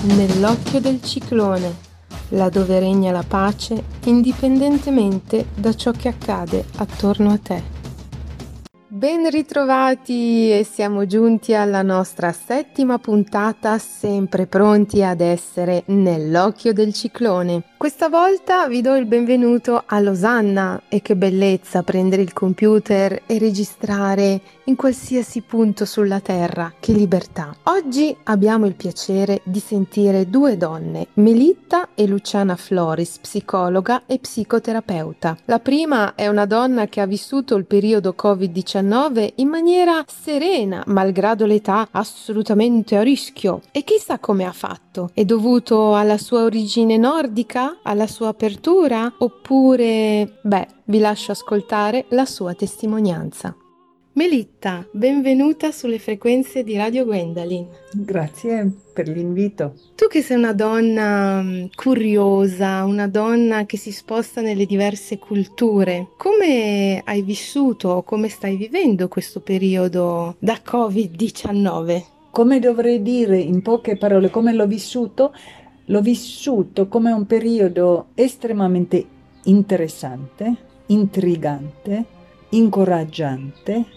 Nell'occhio del ciclone, laddove regna la pace, indipendentemente da ciò che accade attorno a te. Ben ritrovati e siamo giunti alla nostra settima puntata, sempre pronti ad essere nell'occhio del ciclone. Questa volta vi do il benvenuto a Losanna e che bellezza prendere il computer e registrare in qualsiasi punto sulla terra, che libertà. Oggi abbiamo il piacere di sentire due donne, Melitta e Luciana Floris, psicologa e psicoterapeuta. La prima è una donna che ha vissuto il periodo Covid-19 in maniera serena, malgrado l'età assolutamente a rischio. E chissà come ha fatto. È dovuto alla sua origine nordica, alla sua apertura, oppure, vi lascio ascoltare la sua testimonianza. Melitta, benvenuta sulle frequenze di Radio Gwendalin. Grazie per l'invito. Tu che sei una donna curiosa, una donna che si sposta nelle diverse culture, come hai vissuto, come stai vivendo questo periodo da Covid-19? Come dovrei dire in poche parole come l'ho vissuto? L'ho vissuto come un periodo estremamente interessante, intrigante, incoraggiante.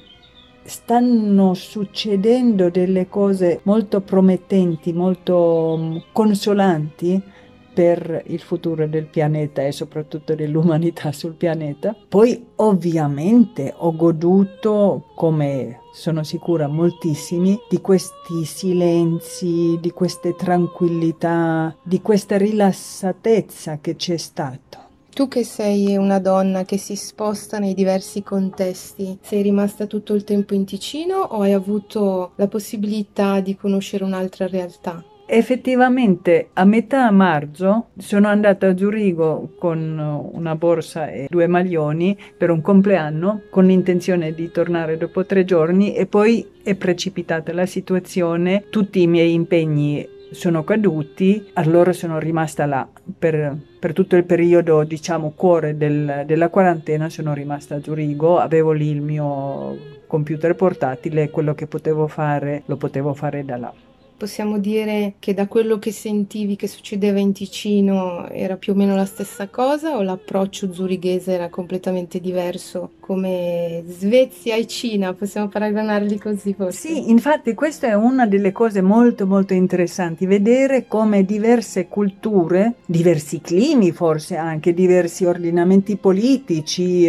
Stanno succedendo delle cose molto promettenti, molto consolanti per il futuro del pianeta e soprattutto dell'umanità sul pianeta. Poi ovviamente ho goduto, come sono sicura moltissimi, di questi silenzi, di queste tranquillità, di questa rilassatezza che c'è stato. Tu che sei una donna che si sposta nei diversi contesti, sei rimasta tutto il tempo in Ticino o hai avuto la possibilità di conoscere un'altra realtà? Effettivamente a metà marzo sono andata a Zurigo con una borsa e 2 maglioni per un compleanno con l'intenzione di tornare dopo 3 giorni e poi è precipitata la situazione, tutti i miei impegni sono caduti, allora sono rimasta là per tutto il periodo, diciamo, cuore della quarantena. Sono rimasta a Zurigo, avevo lì il mio computer portatile, quello che potevo fare lo potevo fare da là. Possiamo dire che da quello che sentivi che succedeva in Ticino era più o meno la stessa cosa o l'approccio zurighese era completamente diverso, come Svezia e Cina, possiamo paragonarli così forse? Sì, infatti questa è una delle cose molto molto interessanti, vedere come diverse culture, diversi climi forse anche, diversi ordinamenti politici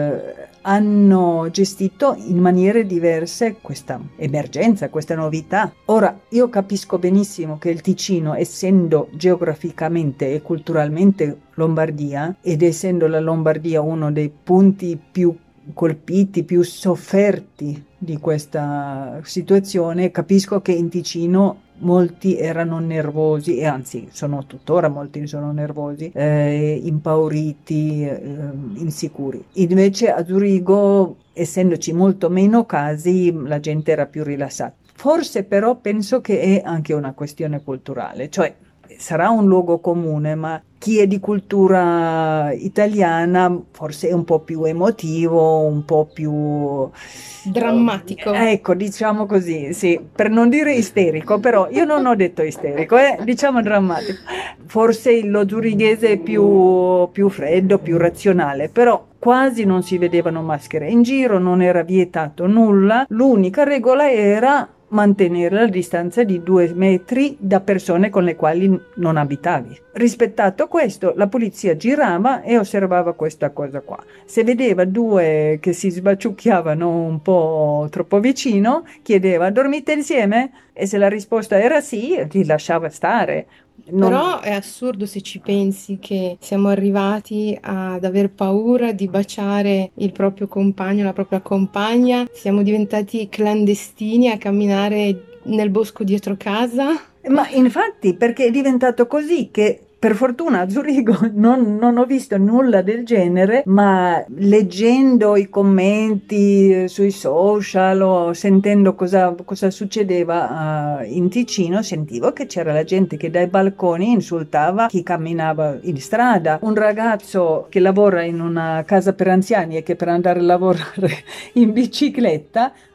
hanno gestito in maniere diverse questa emergenza, questa novità. Ora, io capisco benissimo che il Ticino, essendo geograficamente e culturalmente Lombardia, ed essendo la Lombardia uno dei punti più colpiti, più sofferti di questa situazione, capisco che in Ticino molti erano nervosi e anzi sono tuttora molti sono nervosi, impauriti, insicuri. Invece a Zurigo, essendoci molto meno casi, la gente era più rilassata. Forse però penso che è anche una questione culturale, cioè sarà un luogo comune, ma chi è di cultura italiana forse è un po' più emotivo, un po' più drammatico. Ecco, diciamo così, sì, per non dire isterico, però io non ho detto isterico, diciamo drammatico. Forse lo zurighese è più freddo, più razionale, però quasi non si vedevano maschere in giro, non era vietato nulla, l'unica regola era mantenere la distanza di 2 metri da persone con le quali non abitavi. Rispettato questo, la polizia girava e osservava questa cosa qua. Se vedeva 2 che si sbaciucchiavano un po' troppo vicino, chiedeva: dormite insieme? E se la risposta era sì, li lasciava stare. Però è assurdo se ci pensi che siamo arrivati ad aver paura di baciare il proprio compagno, la propria compagna, siamo diventati clandestini a camminare nel bosco dietro casa. Ma infatti, perché è diventato così che per fortuna a Zurigo non ho visto nulla del genere, ma leggendo i commenti sui social o sentendo cosa succedeva in Ticino, sentivo che c'era la gente che dai balconi insultava chi camminava in strada. Un ragazzo che lavora in una casa per anziani e che per andare a lavorare in bicicletta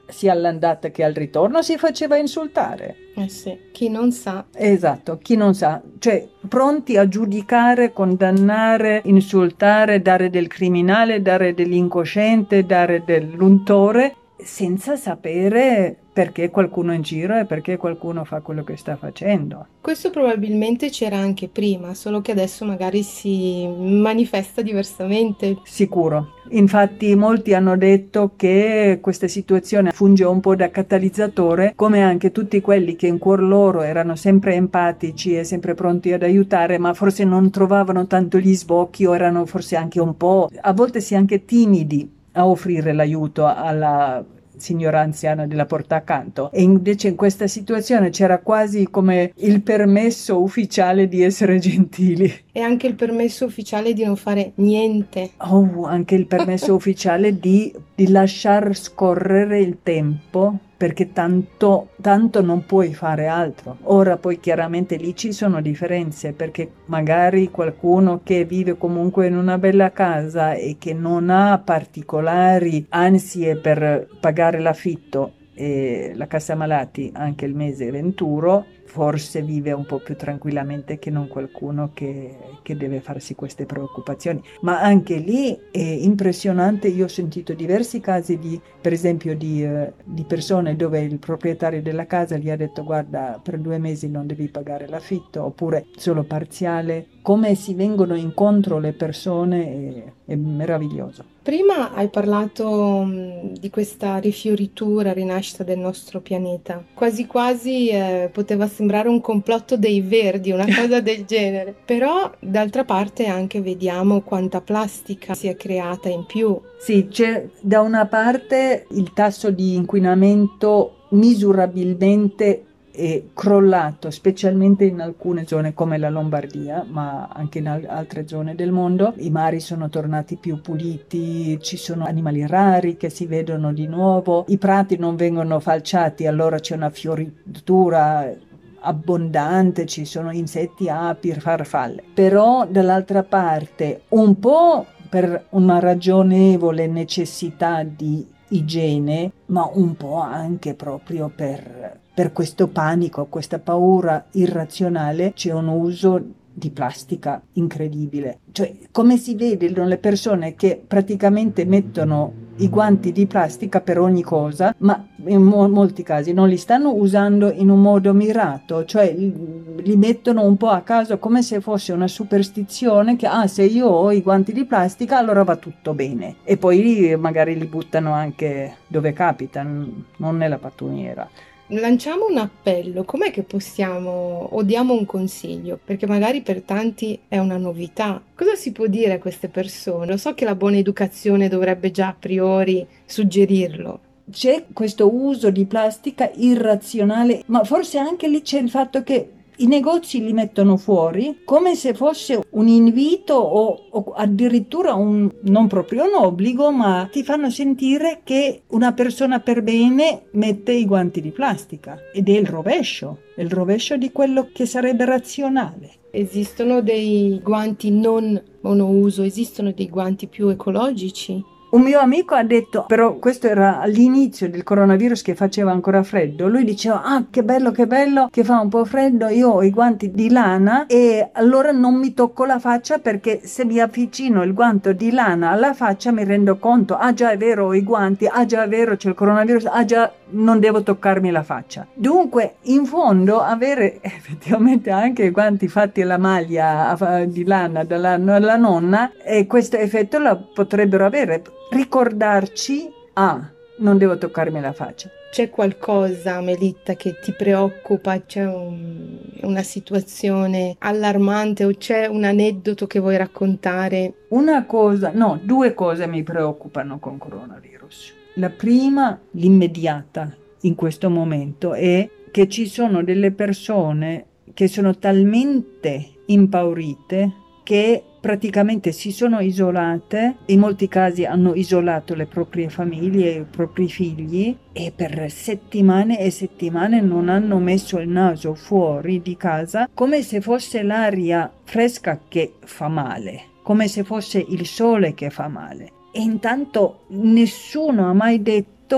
sia all'andata che al ritorno si faceva insultare. Sì, chi non sa. Esatto, chi non sa, cioè pronti a giudicare, condannare, insultare, dare del criminale, dare dell'incosciente, dare dell'untore, senza sapere perché qualcuno è in giro e perché qualcuno fa quello che sta facendo. Questo probabilmente c'era anche prima, solo che adesso magari si manifesta diversamente. Sicuro. Infatti molti hanno detto che questa situazione funge un po' da catalizzatore, come anche tutti quelli che in cuor loro erano sempre empatici e sempre pronti ad aiutare, ma forse non trovavano tanto gli sbocchi o erano forse anche un po', a volte sì anche timidi a offrire l'aiuto alla signora anziana della porta accanto, e invece in questa situazione c'era quasi come il permesso ufficiale di essere gentili. E anche il permesso ufficiale di non fare niente. Anche il permesso ufficiale di lasciar scorrere il tempo, perché tanto non puoi fare altro. Ora poi chiaramente lì ci sono differenze, perché magari qualcuno che vive comunque in una bella casa e che non ha particolari ansie per pagare l'affitto e la cassa malati anche il mese venturo, forse vive un po' più tranquillamente che non qualcuno che deve farsi queste preoccupazioni. Ma anche lì è impressionante, io ho sentito diversi casi per esempio di persone dove il proprietario della casa gli ha detto: guarda, per 2 mesi non devi pagare l'affitto, oppure solo parziale. Come si vengono incontro le persone è meraviglioso. Prima hai parlato di questa rifioritura, rinascita del nostro pianeta. Quasi quasi poteva sembrare un complotto dei verdi, una cosa del genere. Però d'altra parte anche vediamo quanta plastica si è creata in più. Sì, c'è da una parte il tasso di inquinamento misurabilmente è crollato, specialmente in alcune zone come la Lombardia, ma anche in altre zone del mondo. I mari sono tornati più puliti, ci sono animali rari che si vedono di nuovo, i prati non vengono falciati, allora c'è una fioritura abbondante, ci sono insetti, api, farfalle. Però dall'altra parte, un po' per una ragionevole necessità di igiene, ma un po' anche proprio per questo panico, questa paura irrazionale, c'è un uso di plastica incredibile. Cioè, come si vedono le persone che praticamente mettono i guanti di plastica per ogni cosa, ma in molti casi non li stanno usando in un modo mirato, cioè li mettono un po' a caso, come se fosse una superstizione che se io ho i guanti di plastica allora va tutto bene, e poi magari li buttano anche dove capita, non nella pattumiera. Lanciamo un appello, com'è che possiamo o diamo un consiglio? Perché magari per tanti è una novità. Cosa si può dire a queste persone? Lo so che la buona educazione dovrebbe già a priori suggerirlo. C'è questo uso di plastica irrazionale, ma forse anche lì c'è il fatto che i negozi li mettono fuori come se fosse un invito o addirittura non proprio un obbligo, ma ti fanno sentire che una persona per bene mette i guanti di plastica, ed è il rovescio di quello che sarebbe razionale. Esistono dei guanti non monouso, esistono dei guanti più ecologici? Un mio amico ha detto, però questo era all'inizio del coronavirus che faceva ancora freddo, lui diceva: che bello che fa un po' freddo, io ho i guanti di lana e allora non mi tocco la faccia, perché se mi avvicino il guanto di lana alla faccia mi rendo conto, già è vero, ho i guanti, già è vero, c'è il coronavirus, già non devo toccarmi la faccia. Dunque, in fondo, avere effettivamente anche i guanti fatti alla maglia di lana dalla nonna, questo effetto lo potrebbero avere. Ricordarci, non devo toccarmi la faccia. C'è qualcosa, Melitta, che ti preoccupa? C'è una situazione allarmante o c'è un aneddoto che vuoi raccontare? Due cose mi preoccupano con coronavirus. La prima, l'immediata in questo momento, è che ci sono delle persone che sono talmente impaurite che praticamente si sono isolate, in molti casi hanno isolato le proprie famiglie, i propri figli, e per settimane e settimane non hanno messo il naso fuori di casa, come se fosse l'aria fresca che fa male, come se fosse il sole che fa male. E intanto nessuno ha mai detto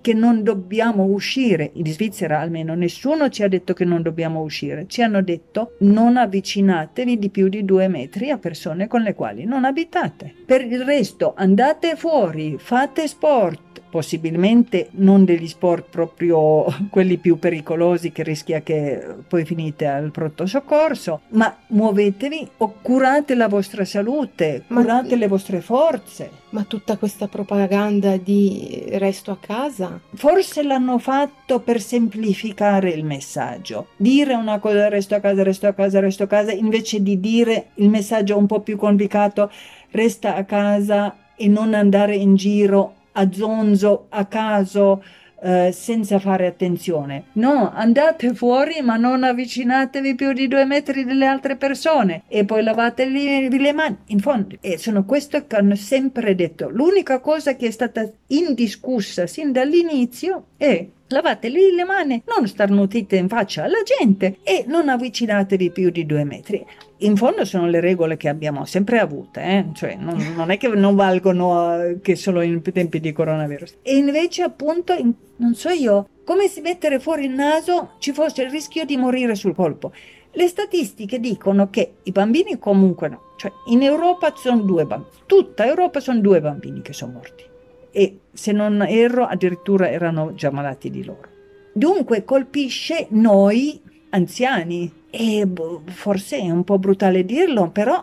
che non dobbiamo uscire. In Svizzera almeno nessuno ci ha detto che non dobbiamo uscire, ci hanno detto non avvicinatevi di più di 2 metri a persone con le quali non abitate. Per il resto andate fuori, fate sport, possibilmente non degli sport proprio quelli più pericolosi che rischia che poi finite al pronto soccorso, ma muovetevi o curate la vostra salute, curate le vostre forze. Ma tutta questa propaganda di resto a casa? Forse l'hanno fatto per semplificare il messaggio. Dire una cosa resto a casa, resto a casa, resto a casa, invece di dire il messaggio un po' più complicato, resta a casa e non andare in giro a zonzo, a caso, senza fare attenzione. No, andate fuori ma non avvicinatevi più di 2 metri delle altre persone e poi lavatevi le mani. In fondo, sono questo che hanno sempre detto. L'unica cosa che è stata indiscussa sin dall'inizio è lavatevi le mani, non starnutite in faccia alla gente e non avvicinatevi più di 2 metri. In fondo sono le regole che abbiamo sempre avute, cioè non è che non valgono che solo in tempi di coronavirus. E invece appunto, non so io, come se mettere fuori il naso ci fosse il rischio di morire sul colpo. Le statistiche dicono che i bambini comunque no, cioè in Europa sono 2 bambini, tutta Europa sono 2 bambini che sono morti. E se non erro addirittura erano già malati di loro. Dunque colpisce noi anziani e forse è un po' brutale dirlo, però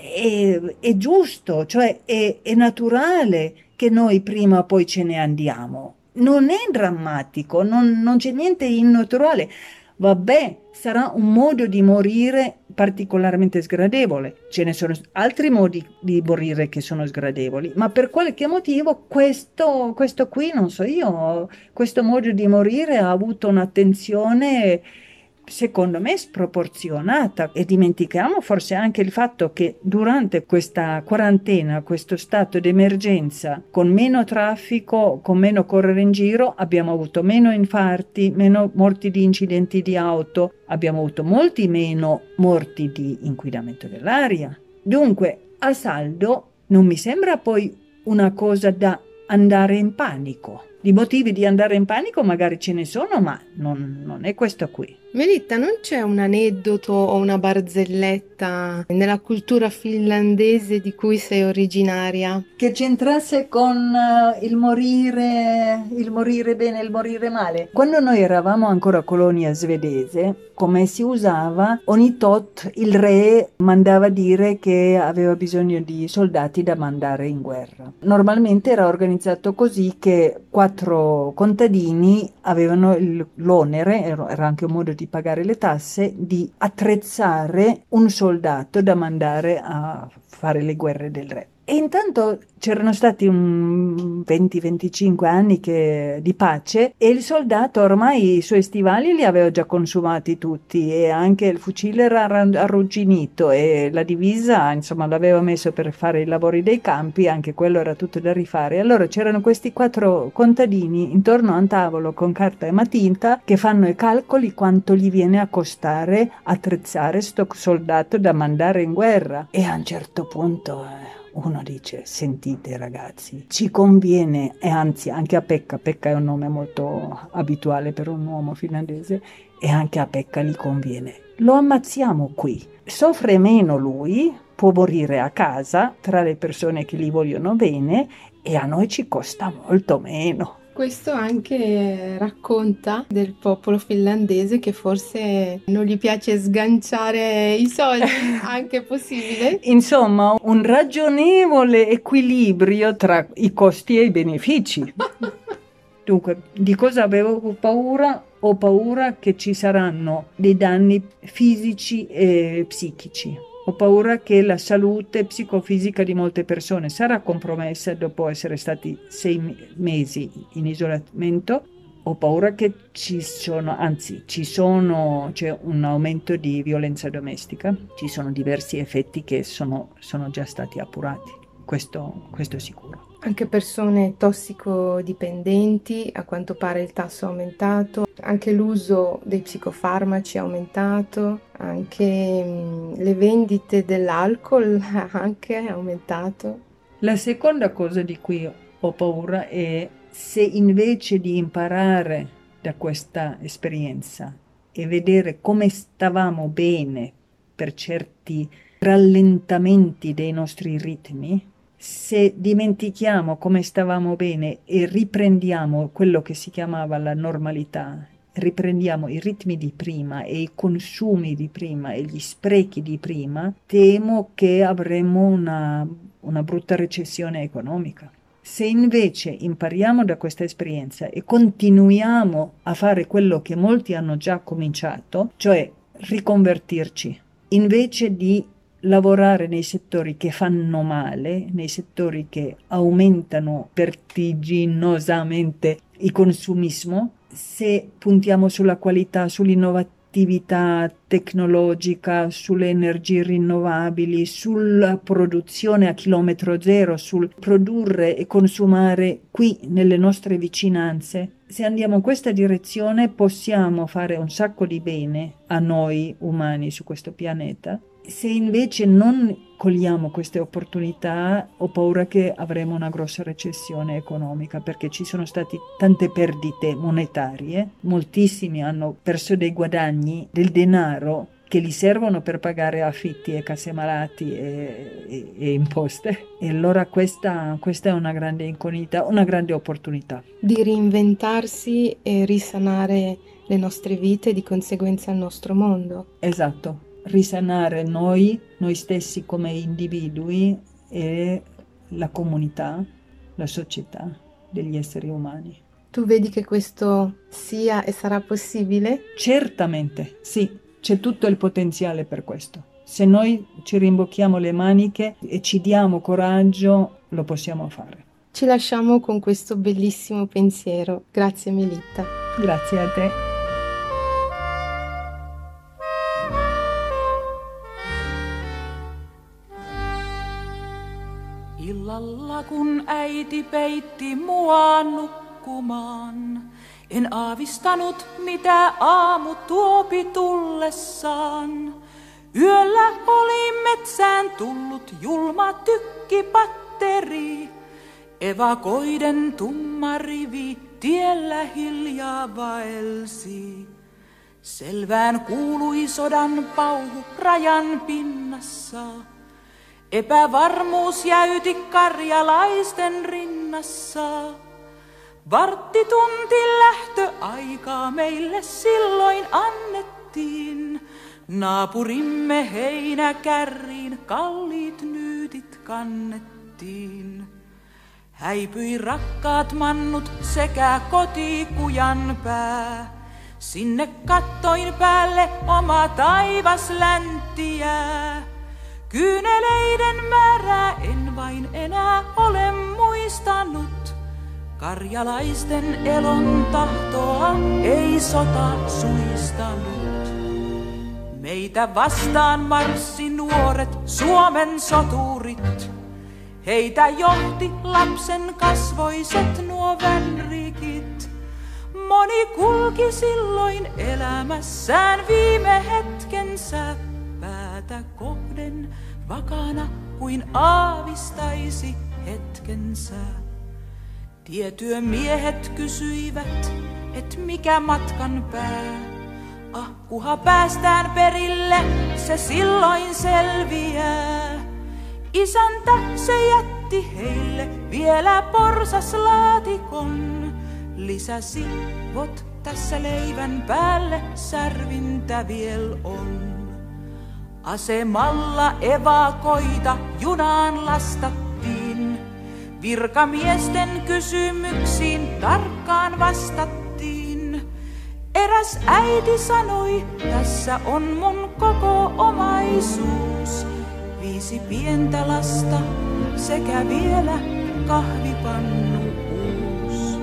è giusto, cioè è naturale che noi prima o poi ce ne andiamo. Non è drammatico, non c'è niente di innaturale. Vabbè, sarà un modo di morire particolarmente sgradevole. Ce ne sono altri modi di morire che sono sgradevoli, ma per qualche motivo questo qui, non so io, questo modo di morire ha avuto un'attenzione secondo me sproporzionata. E dimentichiamo forse anche il fatto che durante questa quarantena, questo stato d'emergenza, con meno traffico, con meno correre in giro, abbiamo avuto meno infarti, meno morti di incidenti di auto, abbiamo avuto molti meno morti di inquinamento dell'aria. Dunque, a saldo, non mi sembra poi una cosa da andare in panico. Di motivi di andare in panico magari ce ne sono, ma non è questo qui. Melitta, non c'è un aneddoto o una barzelletta nella cultura finlandese di cui sei originaria? Che c'entrasse con il morire bene e il morire male. Quando noi eravamo ancora colonia svedese, come si usava, ogni tot il re mandava dire che aveva bisogno di soldati da mandare in guerra. Normalmente era organizzato così che 4 contadini avevano l'onere, era anche un modo di pagare le tasse, di attrezzare un soldato da mandare a fare le guerre del re. E intanto c'erano stati un 20-25 anni di pace e il soldato ormai i suoi stivali li aveva già consumati tutti e anche il fucile era arrugginito e la divisa insomma l'aveva messo per fare i lavori dei campi, anche quello era tutto da rifare. Allora c'erano questi 4 contadini intorno a un tavolo con carta e matita che fanno i calcoli quanto gli viene a costare attrezzare sto soldato da mandare in guerra. E a un certo punto uno dice: sentite ragazzi, ci conviene, e anzi anche a Pekka è un nome molto abituale per un uomo finlandese, e anche a Pekka gli conviene, lo ammazziamo qui, soffre meno lui, può morire a casa tra le persone che gli vogliono bene e a noi ci costa molto meno. Questo anche racconta del popolo finlandese che forse non gli piace sganciare i soldi, anche possibile. Insomma, un ragionevole equilibrio tra i costi e i benefici. Dunque, di cosa avevo paura? Ho paura che ci saranno dei danni fisici e psichici. Ho paura che la salute psicofisica di molte persone sarà compromessa dopo essere stati 6 mesi in isolamento. Ho paura che c'è un aumento di violenza domestica. Ci sono diversi effetti che sono già stati appurati. Questo è sicuro. Anche persone tossicodipendenti, a quanto pare il tasso è aumentato, anche l'uso dei psicofarmaci è aumentato, anche le vendite dell'alcol anche è aumentato. La seconda cosa di cui ho paura è Se invece di imparare da questa esperienza e vedere come stavamo bene per certi rallentamenti dei nostri ritmi, se dimentichiamo come stavamo bene e riprendiamo quello che si chiamava la normalità, riprendiamo i ritmi di prima e i consumi di prima e gli sprechi di prima, temo che avremo una brutta recessione economica. Se invece impariamo da questa esperienza e continuiamo a fare quello che molti hanno già cominciato, cioè riconvertirci, invece di lavorare nei settori che fanno male, nei settori che aumentano vertiginosamente il consumismo, se puntiamo sulla qualità, sull'innovatività tecnologica, sulle energie rinnovabili, sulla produzione a chilometro zero, sul produrre e consumare qui nelle nostre vicinanze, se andiamo in questa direzione possiamo fare un sacco di bene a noi umani su questo pianeta. Se invece non cogliamo queste opportunità, ho paura che avremo una grossa recessione economica, perché ci sono state tante perdite monetarie, moltissimi hanno perso dei guadagni, del denaro che gli servono per pagare affitti e case malati e imposte. E allora questa è una grande incognita, una grande opportunità. Di reinventarsi e risanare le nostre vite e di conseguenza il nostro mondo. Esatto. Risanare noi stessi come individui e la comunità, la società degli esseri umani. Tu vedi che questo sia e sarà possibile? Certamente, sì, c'è tutto il potenziale per questo. Se noi ci rimbocchiamo le maniche e ci diamo coraggio, lo possiamo fare. Ci lasciamo con questo bellissimo pensiero. Grazie Melitta. Grazie a te. Illalla kun äiti peitti mua nukkumaan, en aavistanut mitä aamu tuopi tullessaan. Yöllä oli metsään tullut julma tykkipatteri, evakoiden tumma rivi tiellä hiljaa vaelsi. Selvään kuului sodan pauhu rajan pinnassa. Epävarmuus jäyti karjalaisten rinnassa. Varttitunti lähtöaikaa meille silloin annettiin. Naapurimme heinäkärriin kalliit nyytit kannettiin. Häipyi rakkaat mannut sekä kotikujan pää. Sinne kattoin päälle oma taivas länttiää. Kyyneleiden määrää en vain enää ole muistanut. Karjalaisten elon tahtoa ei sota suistanut. Meitä vastaan marssi nuoret Suomen soturit. Heitä johti lapsen kasvoiset nuo vänrikit. Moni kulki silloin elämässään viime hetkensä. Päätä kohden vakana kuin aavistaisi hetkensä. Tietyömiehet kysyivät, et mikä matkan pää. Ah, kuha päästään perille, se silloin selviää. Isäntä se jätti heille vielä porsaslaatikon. Lisäsi, vot tässä leivän päälle särvintä viel on. Asemalla evakoita junaan lastattiin. Virkamiesten kysymyksiin tarkkaan vastattiin. Eräs äiti sanoi, tässä on mun koko omaisuus. 5 pientä lasta sekä vielä kahvipannu uus.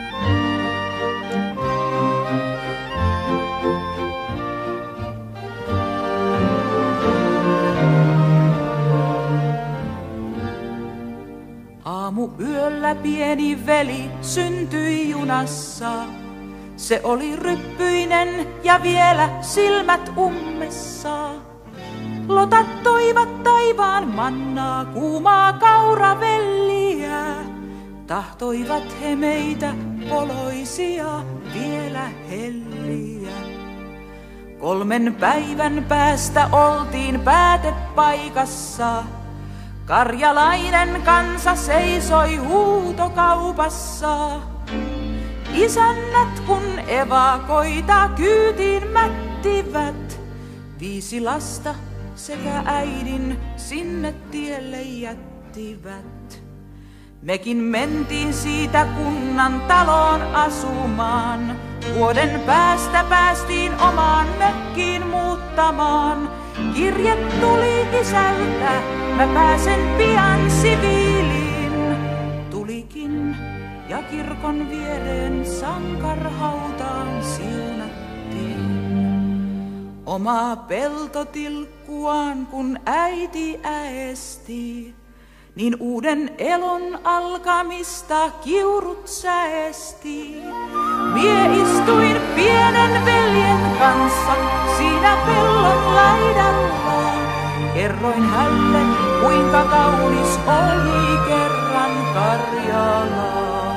Aamuyöllä pieni veli syntyi junassa. Se oli ryppyinen ja vielä silmät ummessa. Lotat toivat taivaan mannaa, kuumaa kauravelliä. tahtoivat he meitä poloisia vielä helliä. 3 päivän päästä oltiin päätepaikassa. Karjalainen kansa seisoi huutokaupassa. Isännät kun evakoita kyytiin mättivät, 5 lasta sekä äidin sinne tielle jättivät. Mekin mentiin siitä kunnan taloon asumaan. Vuoden päästä päästiin omaan mökkiin muuttamaan. Kirje tuli isältä, mä pääsen pian siviiliin. Tulikin ja kirkon viereen sankarhautaan siunattiin. Omaa peltotilkkuaan kun äiti äesti, niin uuden elon alkamista kiurut säesti. Mie istuin pienen veljen kanssa siinä pellon laidalla. Kerroin hänelle, kuinka kaunis oli kerran Karjala.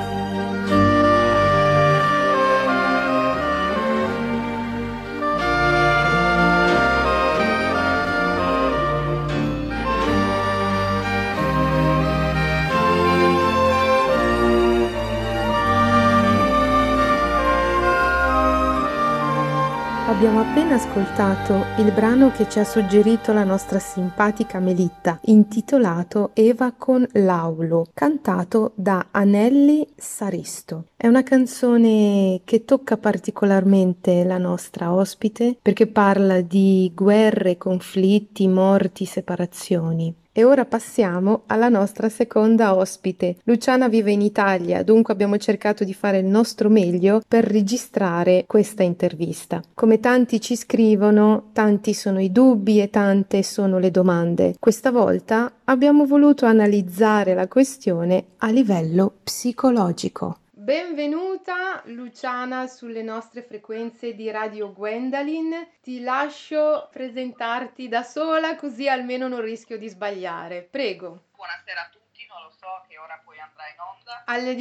Abbiamo appena ascoltato il brano che ci ha suggerito la nostra simpatica Melitta, intitolato Eva con l'Aulo, cantato da Anelli Saristo. È una canzone che tocca particolarmente la nostra ospite perché parla di guerre, conflitti, morti, separazioni. E ora passiamo alla nostra seconda ospite. Luciana vive in Italia, dunque abbiamo cercato di fare il nostro meglio per registrare questa intervista. Come tanti ci scrivono, tanti sono i dubbi e tante sono le domande. Questa volta abbiamo voluto analizzare la questione a livello psicologico. Benvenuta Luciana sulle nostre frequenze di Radio Gwendalin. Ti lascio presentarti da sola così almeno non rischio di sbagliare. Prego. Buonasera a tutti, non lo so che ora poi andrà in onda. Alle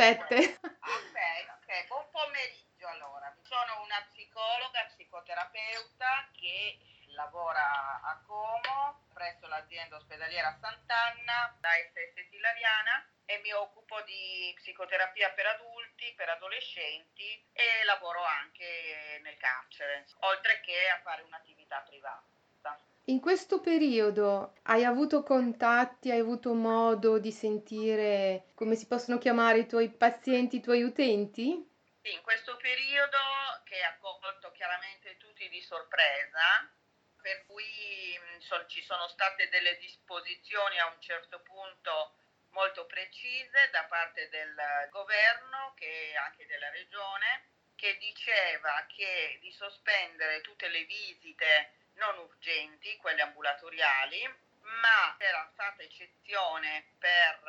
17. Ok, buon pomeriggio allora. Sono una psicologa, psicoterapeuta che lavora a Como presso l'azienda ospedaliera Sant'Anna, la SS Tilariana, e mi occupo di psicoterapia per adulti, per adolescenti e lavoro anche nel carcere, oltre che a fare un'attività privata. In questo periodo hai avuto contatti, hai avuto modo di sentire, come si possono chiamare, i tuoi pazienti, i tuoi utenti? Sì, in questo periodo che ha colto chiaramente tutti di sorpresa, per cui ci sono state delle disposizioni a un certo punto molto precise da parte del governo e anche della regione, che diceva che di sospendere tutte le visite non urgenti, quelle ambulatoriali, ma era stata eccezione per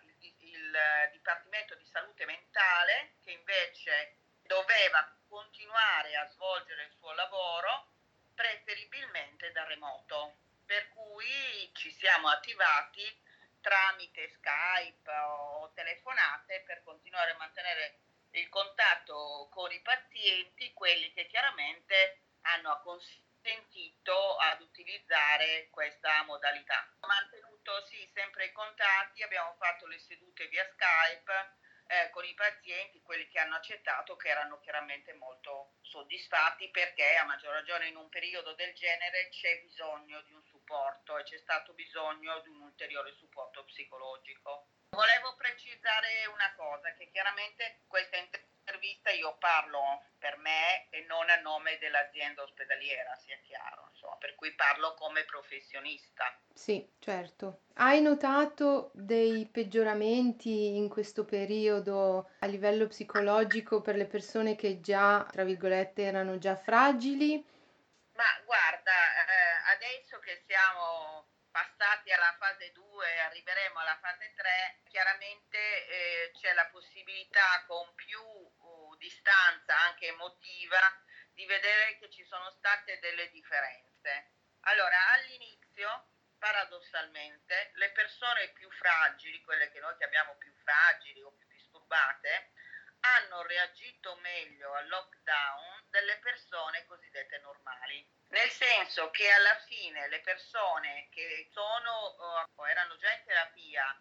il Dipartimento di Salute Mentale, che invece doveva continuare a svolgere il suo lavoro preferibilmente da remoto, per cui ci siamo attivati tramite Skype o telefonate per continuare a mantenere il contatto con i pazienti, quelli che chiaramente hanno acconsentito ad utilizzare questa modalità. Ho mantenuto sempre i contatti, abbiamo fatto le sedute via Skype con i pazienti, quelli che hanno accettato, che erano chiaramente molto soddisfatti, perché a maggior ragione in un periodo del genere c'è bisogno di un supporto e c'è stato bisogno di un ulteriore supporto psicologico. Volevo precisare una cosa, che chiaramente questa intervista io parlo per me e non a nome dell'azienda ospedaliera, sia chiaro, insomma, per cui parlo come professionista. Sì, certo. Hai notato dei peggioramenti in questo periodo a livello psicologico per le persone che già, tra virgolette, erano già fragili? Ma guarda, adesso che siamo passati alla fase 2, arriveremo alla fase 3, chiaramente c'è la possibilità con più distanza anche emotiva di vedere che ci sono state delle differenze. Allora, all'inizio paradossalmente le persone più fragili, quelle che noi chiamiamo più fragili o più disturbate, hanno reagito meglio al lockdown delle persone cosiddette normali. Nel senso che alla fine le persone che erano già in terapia,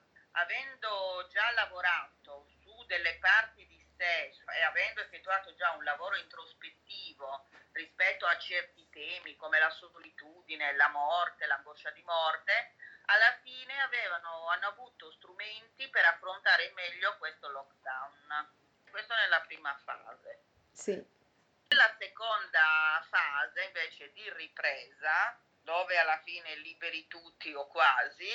avendo già lavorato su delle parti di sé e avendo effettuato già un lavoro introspettivo rispetto a certi temi come la solitudine, la morte, l'angoscia di morte, alla fine hanno avuto strumenti per affrontare meglio questo lockdown. Questo nella prima fase. Sì. Nella seconda fase invece di ripresa, dove alla fine liberi tutti o quasi,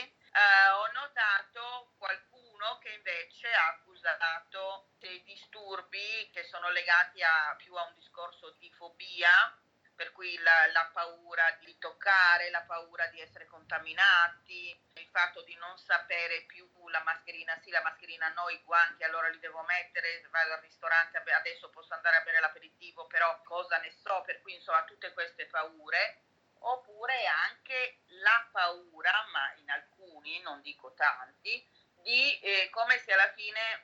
ho notato qualcuno che invece ha accusato dei disturbi che sono legati più a un discorso di fobia, per cui la paura di toccare, la paura di essere contaminati, il fatto di non sapere più la mascherina sì, la mascherina no, i guanti allora li devo mettere, vado al ristorante, adesso posso andare a bere l'aperitivo, però cosa ne so, per cui insomma tutte queste paure, oppure anche la paura, ma in alcuni, non dico tanti, di come se alla fine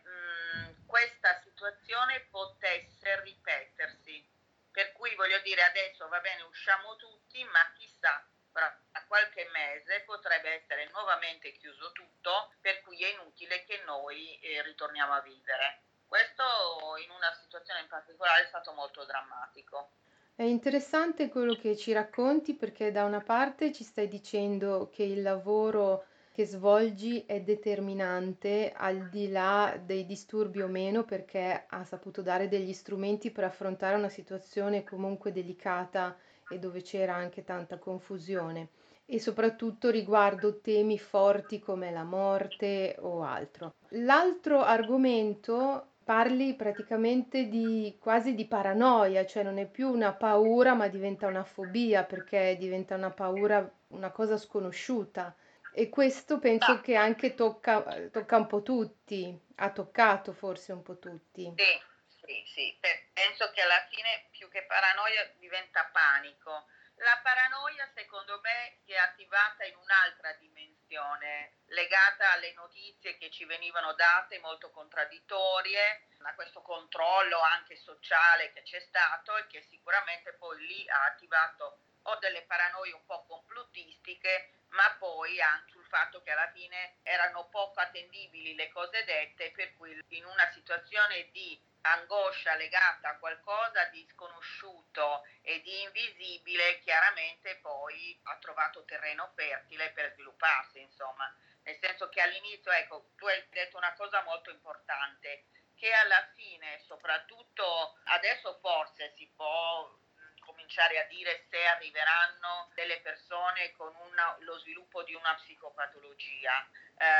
questa situazione potesse ripetersi. Per cui voglio dire, adesso va bene, usciamo tutti, ma chissà, fra qualche mese potrebbe essere nuovamente chiuso tutto, per cui è inutile che noi ritorniamo a vivere. Questo in una situazione in particolare è stato molto drammatico. È interessante quello che ci racconti perché da una parte ci stai dicendo che il lavoro che svolgi è determinante al di là dei disturbi o meno perché ha saputo dare degli strumenti per affrontare una situazione comunque delicata e dove c'era anche tanta confusione e soprattutto riguardo temi forti come la morte o altro. L'altro argomento parli praticamente di quasi di paranoia, cioè non è più una paura, ma diventa una fobia perché diventa una paura, una cosa sconosciuta. E questo penso che anche tocca un po' tutti, ha toccato forse un po' tutti. Sì. Penso che alla fine più che paranoia diventa panico. La paranoia secondo me si è attivata in un'altra dimensione, legata alle notizie che ci venivano date, molto contraddittorie, a questo controllo anche sociale che c'è stato e che sicuramente poi lì ha attivato o delle paranoie un po' complottistiche, ma poi anche sul fatto che alla fine erano poco attendibili le cose dette, per cui in una situazione di angoscia legata a qualcosa di sconosciuto e di invisibile, chiaramente poi ha trovato terreno fertile per svilupparsi, insomma. Nel senso che all'inizio, ecco, tu hai detto una cosa molto importante, che alla fine, soprattutto adesso forse si può cominciare a dire se arriveranno delle persone con lo sviluppo di una psicopatologia,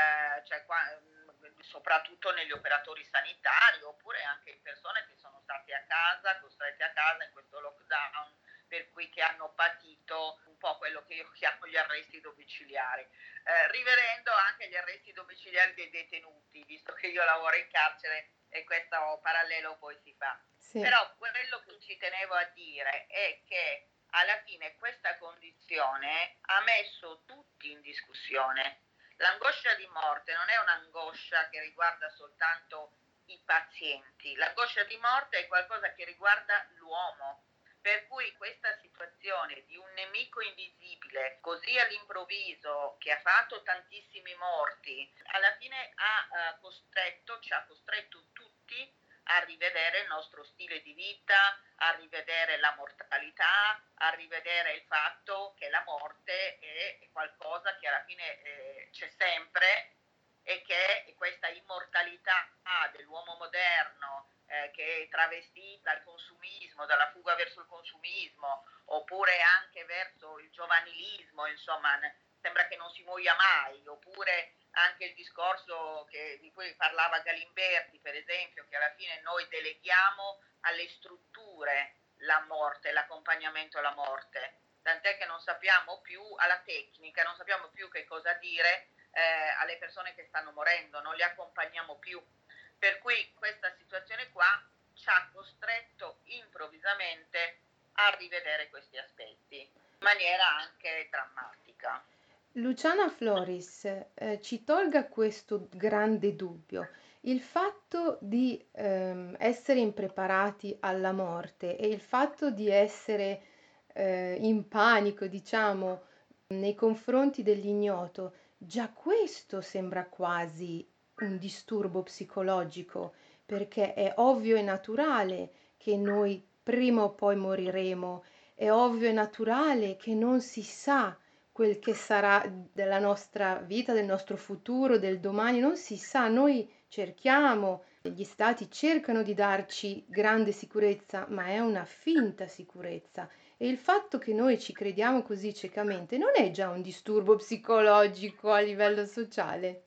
soprattutto negli operatori sanitari oppure anche in persone che sono state a casa, costrette a casa in questo lockdown, per cui che hanno patito un po' quello che io chiamo gli arresti domiciliari, rivedendo anche gli arresti domiciliari dei detenuti, visto che io lavoro in carcere e questo parallelo poi si fa. Sì. Però quello che ci tenevo a dire è che alla fine questa condizione ha messo tutti in discussione. L'angoscia di morte non è un'angoscia che riguarda soltanto i pazienti, l'angoscia di morte è qualcosa che riguarda l'uomo, per cui questa situazione di un nemico invisibile così all'improvviso che ha fatto tantissimi morti, alla fine ci ha costretto tutti a rivedere il nostro stile di vita, a rivedere la mortalità, a rivedere il fatto che la morte è qualcosa che alla fine c'è sempre e che questa immortalità dell'uomo moderno che è travestita dal consumismo, dalla fuga verso il consumismo, oppure anche verso il giovanilismo, insomma, sembra che non si muoia mai, oppure anche il discorso di cui parlava Galimberti, per esempio, che alla fine noi deleghiamo alle strutture la morte, l'accompagnamento alla morte, tant'è che non sappiamo più, alla tecnica, non sappiamo più che cosa dire alle persone che stanno morendo, non le accompagniamo più. Per cui questa situazione qua ci ha costretto improvvisamente a rivedere questi aspetti in maniera anche drammatica. Luciana Floris, ci tolga questo grande dubbio. Il fatto di essere impreparati alla morte e il fatto di essere in panico, diciamo, nei confronti dell'ignoto, già questo sembra quasi un disturbo psicologico, perché è ovvio e naturale che noi prima o poi moriremo, è ovvio e naturale che non si sa quel che sarà della nostra vita, del nostro futuro, del domani, non si sa, noi cerchiamo, gli stati cercano di darci grande sicurezza, ma è una finta sicurezza. E il fatto che noi ci crediamo così ciecamente non è già un disturbo psicologico a livello sociale?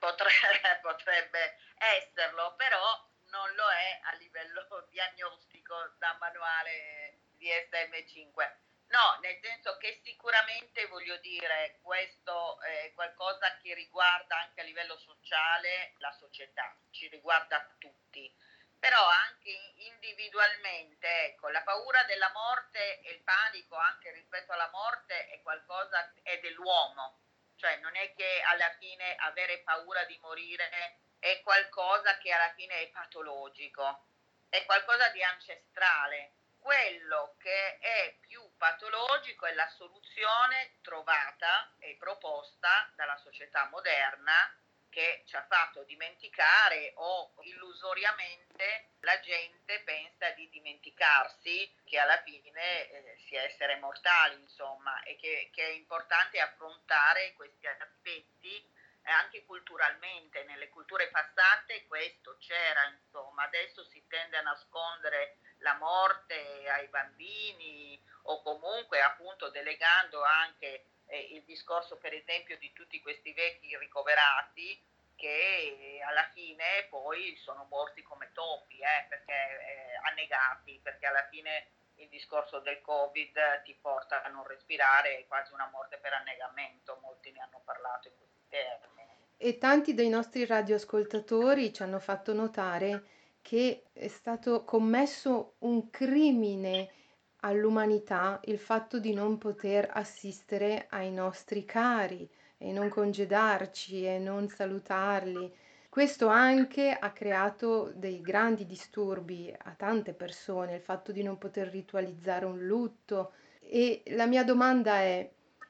Potrebbe esserlo, però non lo è a livello diagnostico da manuale DSM-5. No, nel senso che sicuramente voglio dire, questo è qualcosa che riguarda anche a livello sociale la società, ci riguarda tutti. Però anche individualmente, ecco, la paura della morte e il panico anche rispetto alla morte è qualcosa è dell'uomo, cioè non è che alla fine avere paura di morire è qualcosa che alla fine è patologico, è qualcosa di ancestrale. Quello che è più patologico è la soluzione trovata e proposta dalla società moderna che ci ha fatto dimenticare o illusoriamente la gente pensa di dimenticarsi che alla fine si è essere mortali, insomma, e che è importante affrontare questi aspetti anche culturalmente. Nelle culture passate questo c'era, insomma, adesso si tende a nascondere la morte ai bambini o comunque appunto delegando anche il discorso per esempio di tutti questi vecchi ricoverati che alla fine poi sono morti come topi, perché annegati, perché alla fine il discorso del Covid ti porta a non respirare, è quasi una morte per annegamento, molti ne hanno parlato in questi termini. E tanti dei nostri radioascoltatori ci hanno fatto notare che è stato commesso un crimine all'umanità il fatto di non poter assistere ai nostri cari e non congedarci e non salutarli. Questo anche ha creato dei grandi disturbi a tante persone, il fatto di non poter ritualizzare un lutto. E la mia domanda è: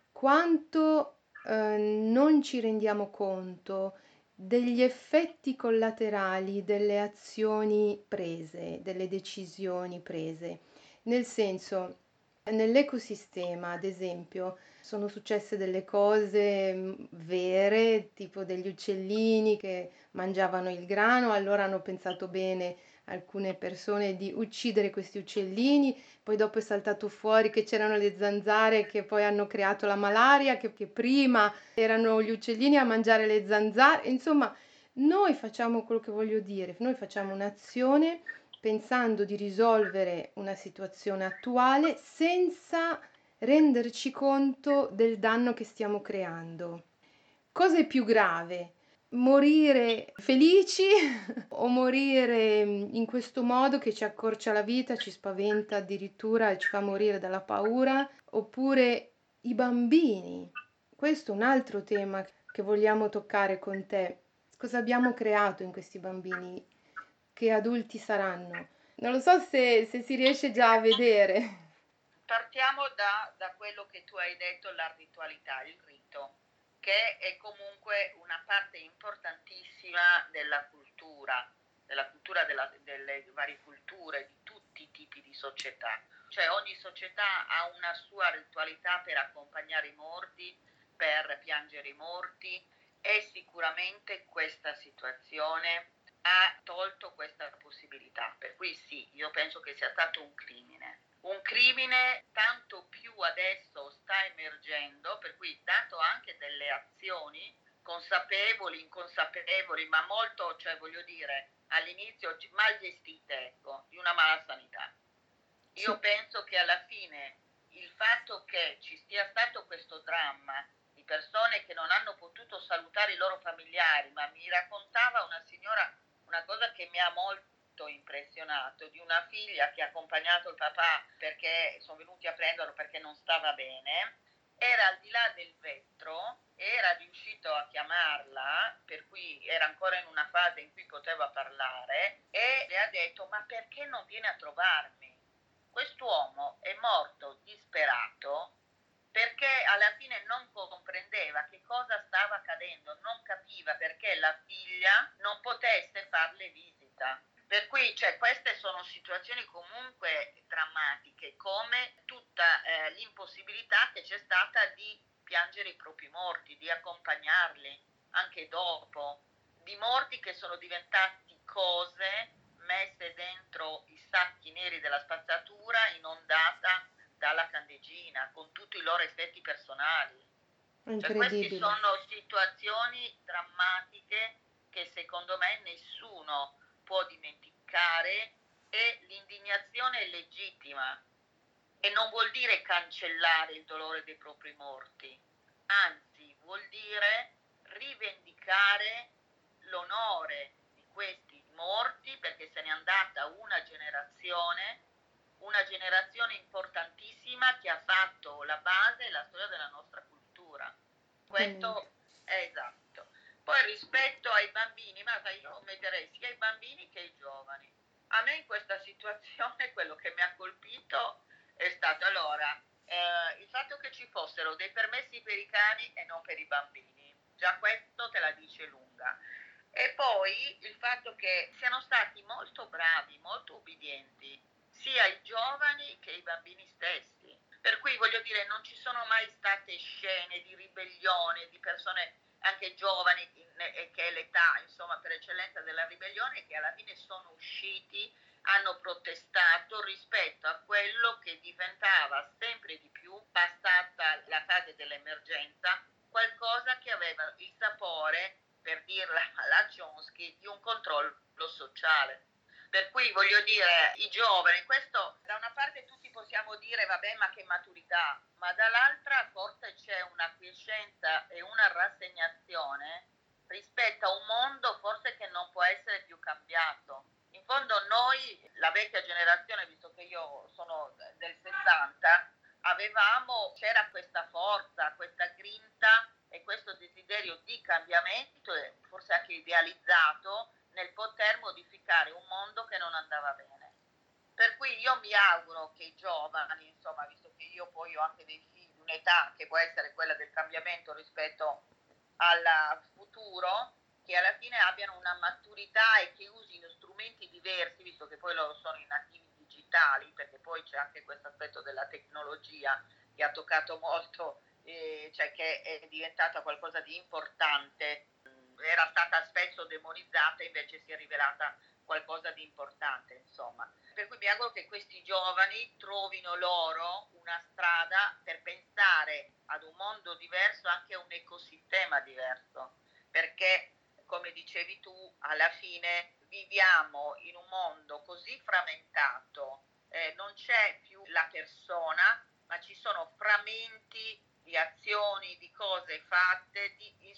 quanto non ci rendiamo conto degli effetti collaterali delle azioni prese, delle decisioni prese? Nel senso, nell'ecosistema, ad esempio, sono successe delle cose vere, tipo degli uccellini che mangiavano il grano, allora hanno pensato bene alcune persone di uccidere questi uccellini, poi dopo è saltato fuori che c'erano le zanzare che poi hanno creato la malaria, che prima erano gli uccellini a mangiare le zanzare, insomma, noi facciamo quello che voglio dire, noi facciamo un'azione pensando di risolvere una situazione attuale senza renderci conto del danno che stiamo creando. Cosa è più grave? Morire felici o morire in questo modo che ci accorcia la vita, ci spaventa addirittura e ci fa morire dalla paura? Oppure i bambini? Questo è un altro tema che vogliamo toccare con te. Cosa abbiamo creato in questi bambini? Che adulti saranno? Non lo so se si riesce già a vedere. Partiamo da quello che tu hai detto, la ritualità, il rito, che è comunque una parte importantissima della cultura delle varie culture, di tutti i tipi di società. Cioè ogni società ha una sua ritualità per accompagnare i morti, per piangere i morti, e sicuramente questa situazione ha tolto questa possibilità. Per cui sì, io penso che sia stato un crimine tanto più adesso sta emergendo, per cui dato anche delle azioni consapevoli, inconsapevoli, ma molto, cioè voglio dire, all'inizio mal gestite, ecco, di una mala sanità. Io penso che alla fine il fatto che ci sia stato questo dramma di persone che non hanno potuto salutare i loro familiari, ma mi raccontava una signora una cosa che mi ha molto impressionato, di una figlia che ha accompagnato il papà perché sono venuti a prenderlo perché non stava bene, era al di là del vetro, era riuscito a chiamarla, per cui era ancora in una fase in cui poteva parlare, e le ha detto: ma perché non viene a trovarmi? Quest'uomo è morto disperato perché alla fine non comprendeva che cosa stava accadendo, non capiva perché la figlia non potesse farle visita. Per cui queste sono situazioni comunque drammatiche, come tutta l'impossibilità che c'è stata di piangere i propri morti, di accompagnarli anche dopo, di morti che sono diventati cose messe dentro i sacchi neri della spazzatura, inondata dalla candeggina, con tutti i loro effetti personali. Queste sono situazioni drammatiche che secondo me nessuno può dimenticare, e l'indignazione è legittima e non vuol dire cancellare il dolore dei propri morti, anzi vuol dire rivendicare l'onore di questi morti, perché se n'è andata una generazione importantissima che ha fatto la base e la storia della nostra cultura. Questo è esatto. Poi rispetto ai bambini, ma io metterei sia i bambini che i giovani. A me in questa situazione quello che mi ha colpito è stato il fatto che ci fossero dei permessi per i cani e non per i bambini. Già questo te la dice lunga. E poi il fatto che siano stati molto bravi, molto ubbidienti, sia i giovani che i bambini stessi. Per cui voglio dire, non ci sono mai state scene di ribellione di persone anche giovani, che è l'età insomma per eccellenza della ribellione, che alla fine sono usciti, hanno protestato rispetto a quello che diventava sempre di più, passata la fase dell'emergenza, qualcosa che aveva il sapore, per dirla alla Chomsky, di un controllo sociale. Per cui voglio dire, i giovani, questo da una parte tutti possiamo dire vabbè ma che maturità, ma dall'altra forse c'è una quiescenza e una rassegnazione rispetto a un mondo forse che non può essere più cambiato. In fondo noi, la vecchia generazione, visto che io sono del 60, c'era questa forza, questa grinta e questo desiderio di cambiamento, forse anche idealizzato, nel poter modificare un mondo che non andava bene. Per cui io mi auguro che i giovani, insomma, visto che io poi ho anche dei figli, un'età che può essere quella del cambiamento rispetto al futuro, che alla fine abbiano una maturità e che usino strumenti diversi, visto che poi loro sono i nativi digitali, perché poi c'è anche questo aspetto della tecnologia che ha toccato molto, che è diventata qualcosa di importante, era stata spesso demonizzata, invece si è rivelata qualcosa di importante, insomma. Per cui mi auguro che questi giovani trovino loro una strada per pensare ad un mondo diverso, anche a un ecosistema diverso, perché come dicevi tu, alla fine viviamo in un mondo così frammentato, non c'è più la persona, ma ci sono frammenti di azioni, di cose fatte,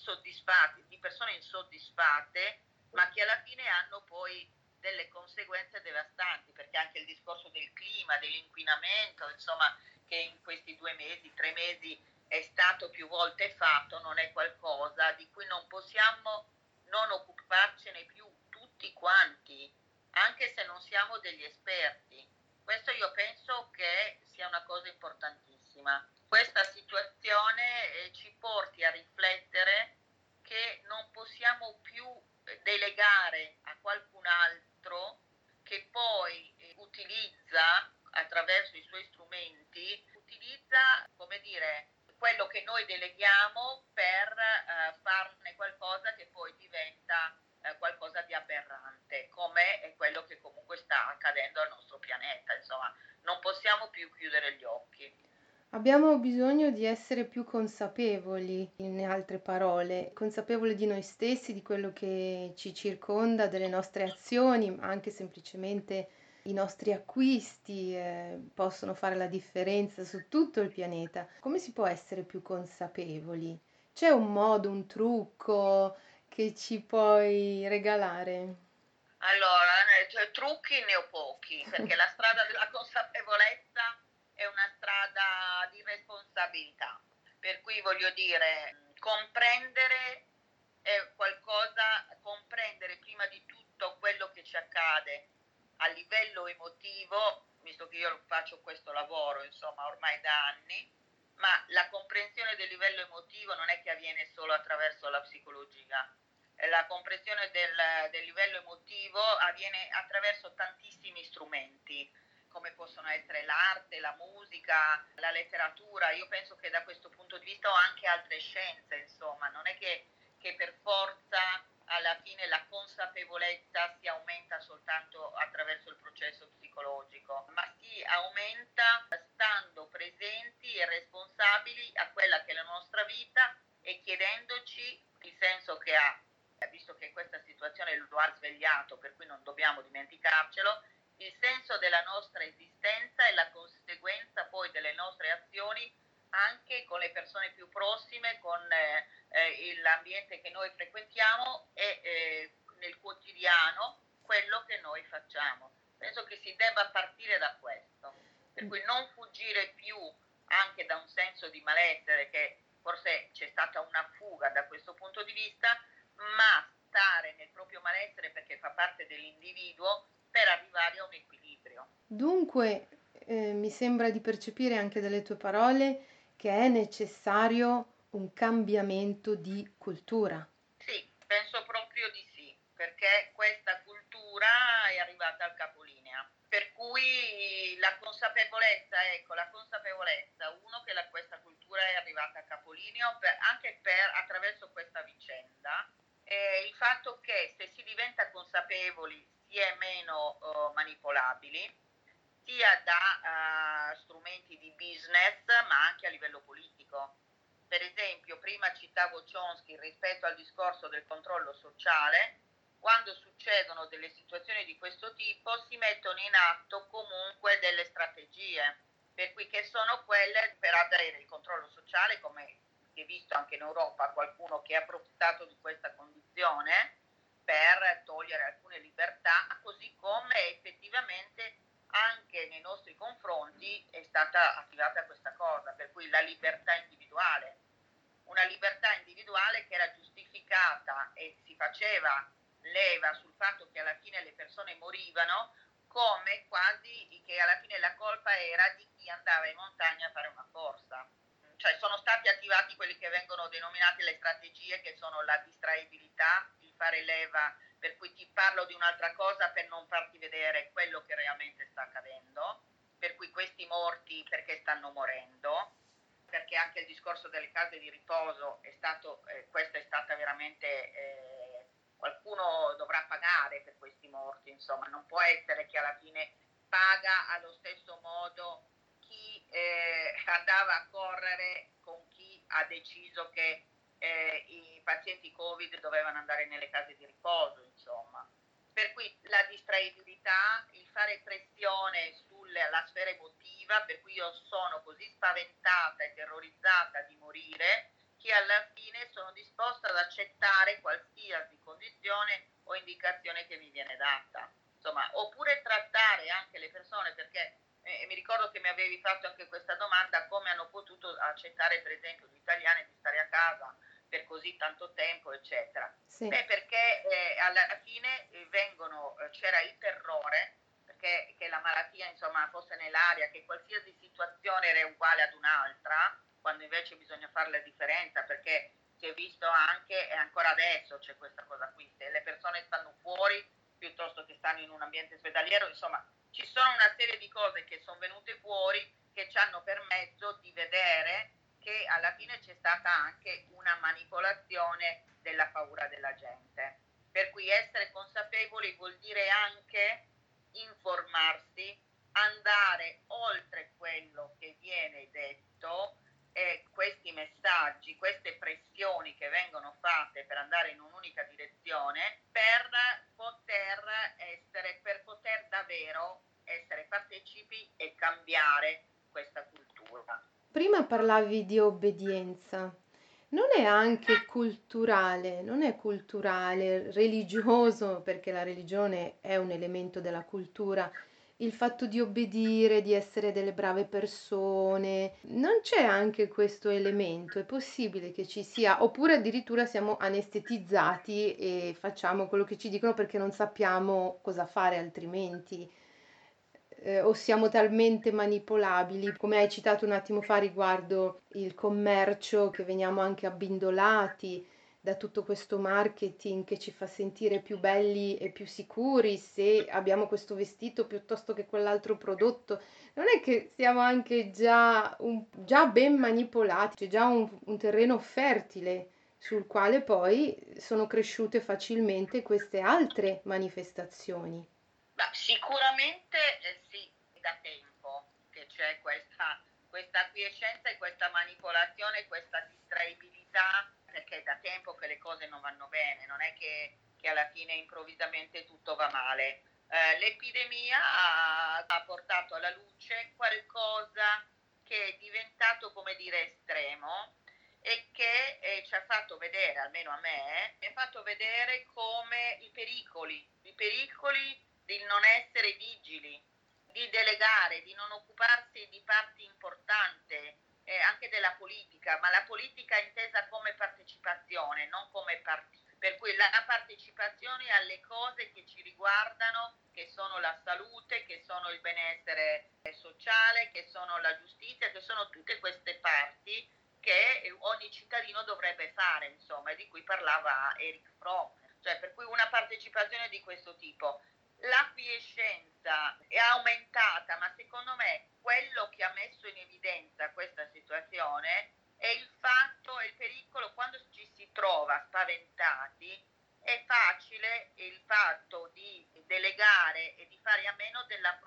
di persone insoddisfatte, ma che alla fine hanno poi delle conseguenze devastanti, perché anche il discorso del clima, dell'inquinamento, insomma, che in questi 2 mesi, 3 mesi è stato più volte fatto, non è qualcosa di cui non possiamo non occuparcene più tutti quanti, anche se non siamo degli esperti. Questo io penso che sia una cosa importantissima. Questa situazione ci porti a riflettere che non possiamo più delegare a qualcun altro che poi utilizza attraverso i suoi strumenti, utilizza, come dire, quello che noi deleghiamo per farne qualcosa che poi diventa qualcosa di aberrante, come è quello che comunque sta accadendo al nostro pianeta. Insomma, non possiamo più chiudere gli occhi. Abbiamo bisogno di essere più consapevoli, in altre parole, consapevoli di noi stessi, di quello che ci circonda, delle nostre azioni, ma anche semplicemente i nostri acquisti possono fare la differenza su tutto il pianeta. Come si può essere più consapevoli? C'è un modo, un trucco che ci puoi regalare? Allora, trucchi ne ho pochi, perché la strada della consapevolezza è una strada di responsabilità. cui voglio dire, comprendere è qualcosa, comprendere prima di tutto quello che ci accade a livello emotivo, visto che io faccio questo lavoro, insomma, ormai da anni, ma la comprensione del livello emotivo non è che avviene solo attraverso la psicologia. La comprensione del livello emotivo avviene attraverso tantissimi strumenti, come possono essere l'arte, la musica, la letteratura. Io penso che da questo punto di vista, o anche altre scienze, insomma, non è che per forza alla fine la consapevolezza si aumenta soltanto attraverso il processo psicologico, ma si aumenta stando presenti e responsabili a quella che è la nostra vita e chiedendoci il senso che ha, visto che questa situazione lo ha svegliato, per cui non dobbiamo dimenticarcelo, il senso della nostra esistenza e la conseguenza poi delle nostre azioni anche con le persone più prossime, con l'ambiente che noi frequentiamo e nel quotidiano quello che noi facciamo. Penso che si debba partire da questo, per cui non fuggire più anche da un senso di malessere, che forse c'è stata una fuga da questo punto di vista, ma stare nel proprio malessere perché fa parte dell'individuo per arrivare a un equilibrio. Dunque, mi sembra di percepire anche dalle tue parole che è necessario un cambiamento di cultura. Sì, penso proprio di sì, perché questa cultura è arrivata al capolinea. Per cui la consapevolezza, uno, che questa cultura è arrivata a capolinea anche attraverso questa vicenda, il fatto che se si diventa consapevoli si è meno manipolabili, sia da strumenti di business ma anche a livello politico. Per esempio, prima citavo Chomsky rispetto al discorso del controllo sociale. Quando succedono delle situazioni di questo tipo si mettono in atto comunque delle strategie, per cui che sono quelle per avere il controllo sociale, come si è visto anche in Europa, qualcuno che ha approfittato di questa condizione per togliere alcune libertà, così come effettivamente anche nei nostri confronti è stata attivata questa cosa, per cui la libertà individuale, una libertà individuale che era giustificata e si faceva leva sul fatto che alla fine le persone morivano, come quasi che alla fine la colpa era di chi andava in montagna a fare una corsa. Cioè sono stati attivati quelli che vengono denominati le strategie, che sono la distraibilità, il fare leva, per cui ti parlo di un'altra cosa per non farti vedere quello che realmente sta accadendo, per cui questi morti perché stanno morendo, perché anche il discorso delle case di riposo è stato, questa è stata veramente, qualcuno dovrà pagare per questi morti, insomma, non può essere che alla fine paga allo stesso modo chi andava a correre con chi ha deciso che i pazienti Covid dovevano andare nelle case di riposo, insomma. Per cui la distraibilità, il fare pressione sulla sfera emotiva, per cui io sono così spaventata e terrorizzata di morire che alla fine sono disposta ad accettare qualsiasi condizione o indicazione che mi viene data. Insomma, oppure trattare anche le persone, perché mi ricordo che mi avevi fatto anche questa domanda: come hanno potuto accettare per esempio gli italiani di stare a casa per così tanto tempo, eccetera. Sì. Beh, perché alla fine c'era il terrore perché che la malattia insomma fosse nell'aria, che qualsiasi situazione era uguale ad un'altra, quando invece bisogna fare la differenza, perché si è visto anche, e ancora adesso c'è questa cosa qui, se le persone stanno fuori piuttosto che stanno in un ambiente ospedaliero, insomma ci sono una serie di cose che sono venute fuori che ci hanno permesso di vedere che alla fine c'è stata anche una manipolazione della paura della gente. Per cui essere consapevoli vuol dire anche informarsi, andare oltre quello che viene detto, e questi messaggi, queste pressioni che vengono fatte per andare in un'unica direzione, per poter davvero essere partecipi e cambiare questa cultura. Prima parlavi di obbedienza. Non è anche culturale, non è culturale, religioso, perché la religione è un elemento della cultura, il fatto di obbedire, di essere delle brave persone. Non c'è anche questo elemento, è possibile che ci sia, oppure addirittura siamo anestetizzati e facciamo quello che ci dicono perché non sappiamo cosa fare altrimenti. O siamo talmente manipolabili, come hai citato un attimo fa riguardo il commercio, che veniamo anche abbindolati da tutto questo marketing che ci fa sentire più belli e più sicuri se abbiamo questo vestito piuttosto che quell'altro prodotto. Non è che siamo anche già ben manipolati, c'è già un terreno fertile sul quale poi sono cresciute facilmente queste altre manifestazioni. Ma sicuramente sì, da tempo che c'è questa acquiescenza e questa manipolazione, questa distraibilità, perché è da tempo che le cose non vanno bene, non è che alla fine improvvisamente tutto va male. L'epidemia ha portato alla luce qualcosa che è diventato, come dire, estremo e che ci ha fatto vedere, almeno a me, mi ha fatto vedere come i pericoli di non essere vigili, di delegare, di non occuparsi di parti importanti anche della politica, ma la politica intesa come partecipazione, non come partito. Per cui la partecipazione alle cose che ci riguardano, che sono la salute, che sono il benessere sociale, che sono la giustizia, che sono tutte queste parti che ogni cittadino dovrebbe fare, insomma, e di cui parlava Eric Fromm. Cioè, per cui una partecipazione di questo tipo. La quiescenza è aumentata, ma secondo me quello che ha messo in evidenza questa situazione è il fatto e il pericolo quando ci si trova spaventati. È facile il fatto di delegare e di fare a meno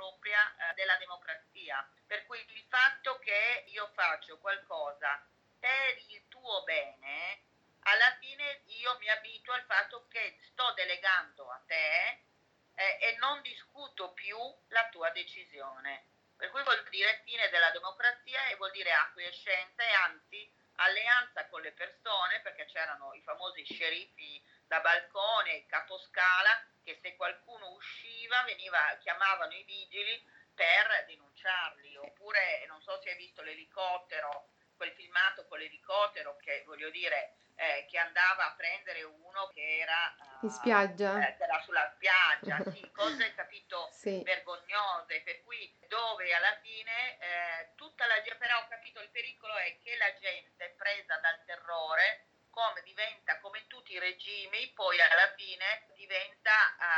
della democrazia. Per cui il fatto che io faccio qualcosa per il tuo bene, alla fine io mi abituo al fatto che sto delegando a te e non discuto più la tua decisione. Per cui vuol dire fine della democrazia e vuol dire acquiescenza e anzi alleanza con le persone, perché c'erano i famosi sceriffi da balcone, il caposcala, che se qualcuno usciva chiamavano i vigili per denunciarli, oppure non so se hai visto l'elicottero, quel filmato con l'elicottero che voglio dire che andava a prendere uno In spiaggia? che era sulla spiaggia, sì, cose capito Sì. vergognose, per cui dove alla fine tutta la gente, però ho capito il pericolo è che la gente presa dal terrore come diventa come in tutti i regimi, poi alla fine diventa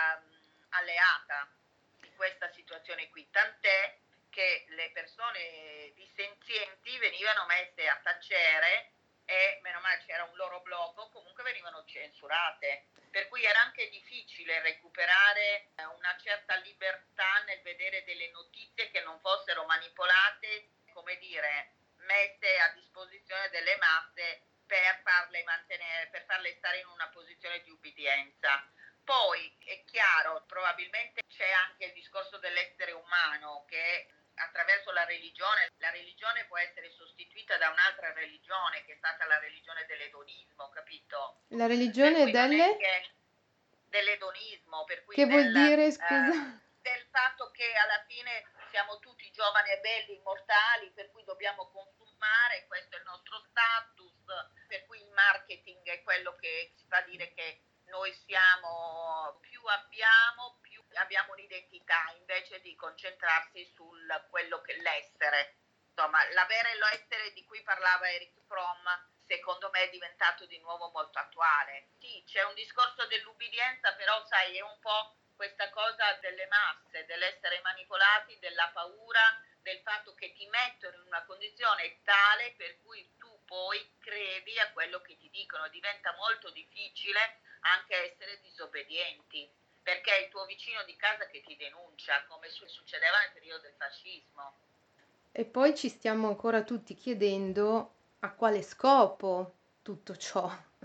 alleata di questa situazione qui, tant'è che le persone dissenzienti venivano messe a tacere e meno male c'era un loro blog, comunque venivano censurate. Per cui era anche difficile recuperare una certa libertà nel vedere delle notizie che non fossero manipolate, come dire, messe a disposizione delle masse per farle mantenere, per farle stare in una posizione di ubbidienza. Poi è chiaro, probabilmente c'è anche il discorso dell'essere umano che attraverso la religione può essere sostituita da un'altra religione che è stata la religione dell'edonismo, capito? La Per religione cui non è delle... che dell'edonismo, per cui Che vuol dire, scusa? del fatto che alla fine siamo tutti giovani e belli, immortali, per cui dobbiamo consumare, questo è il nostro status, per cui il marketing è quello che ci fa dire che noi siamo, più abbiamo un'identità, invece di concentrarsi sul quello che l'essere. Insomma, l'avere e l'essere di cui parlava Eric Fromm, secondo me è diventato di nuovo molto attuale. Sì, c'è un discorso dell'ubbidienza, però sai, è un po' questa cosa delle masse, dell'essere manipolati, della paura, del fatto che ti mettono in una condizione tale per cui tu poi credi a quello che ti dicono. Diventa molto difficile anche essere disobbedienti, perché è il tuo vicino di casa che ti denuncia, come succedeva nel periodo del fascismo. E poi ci stiamo ancora tutti chiedendo a quale scopo tutto ciò.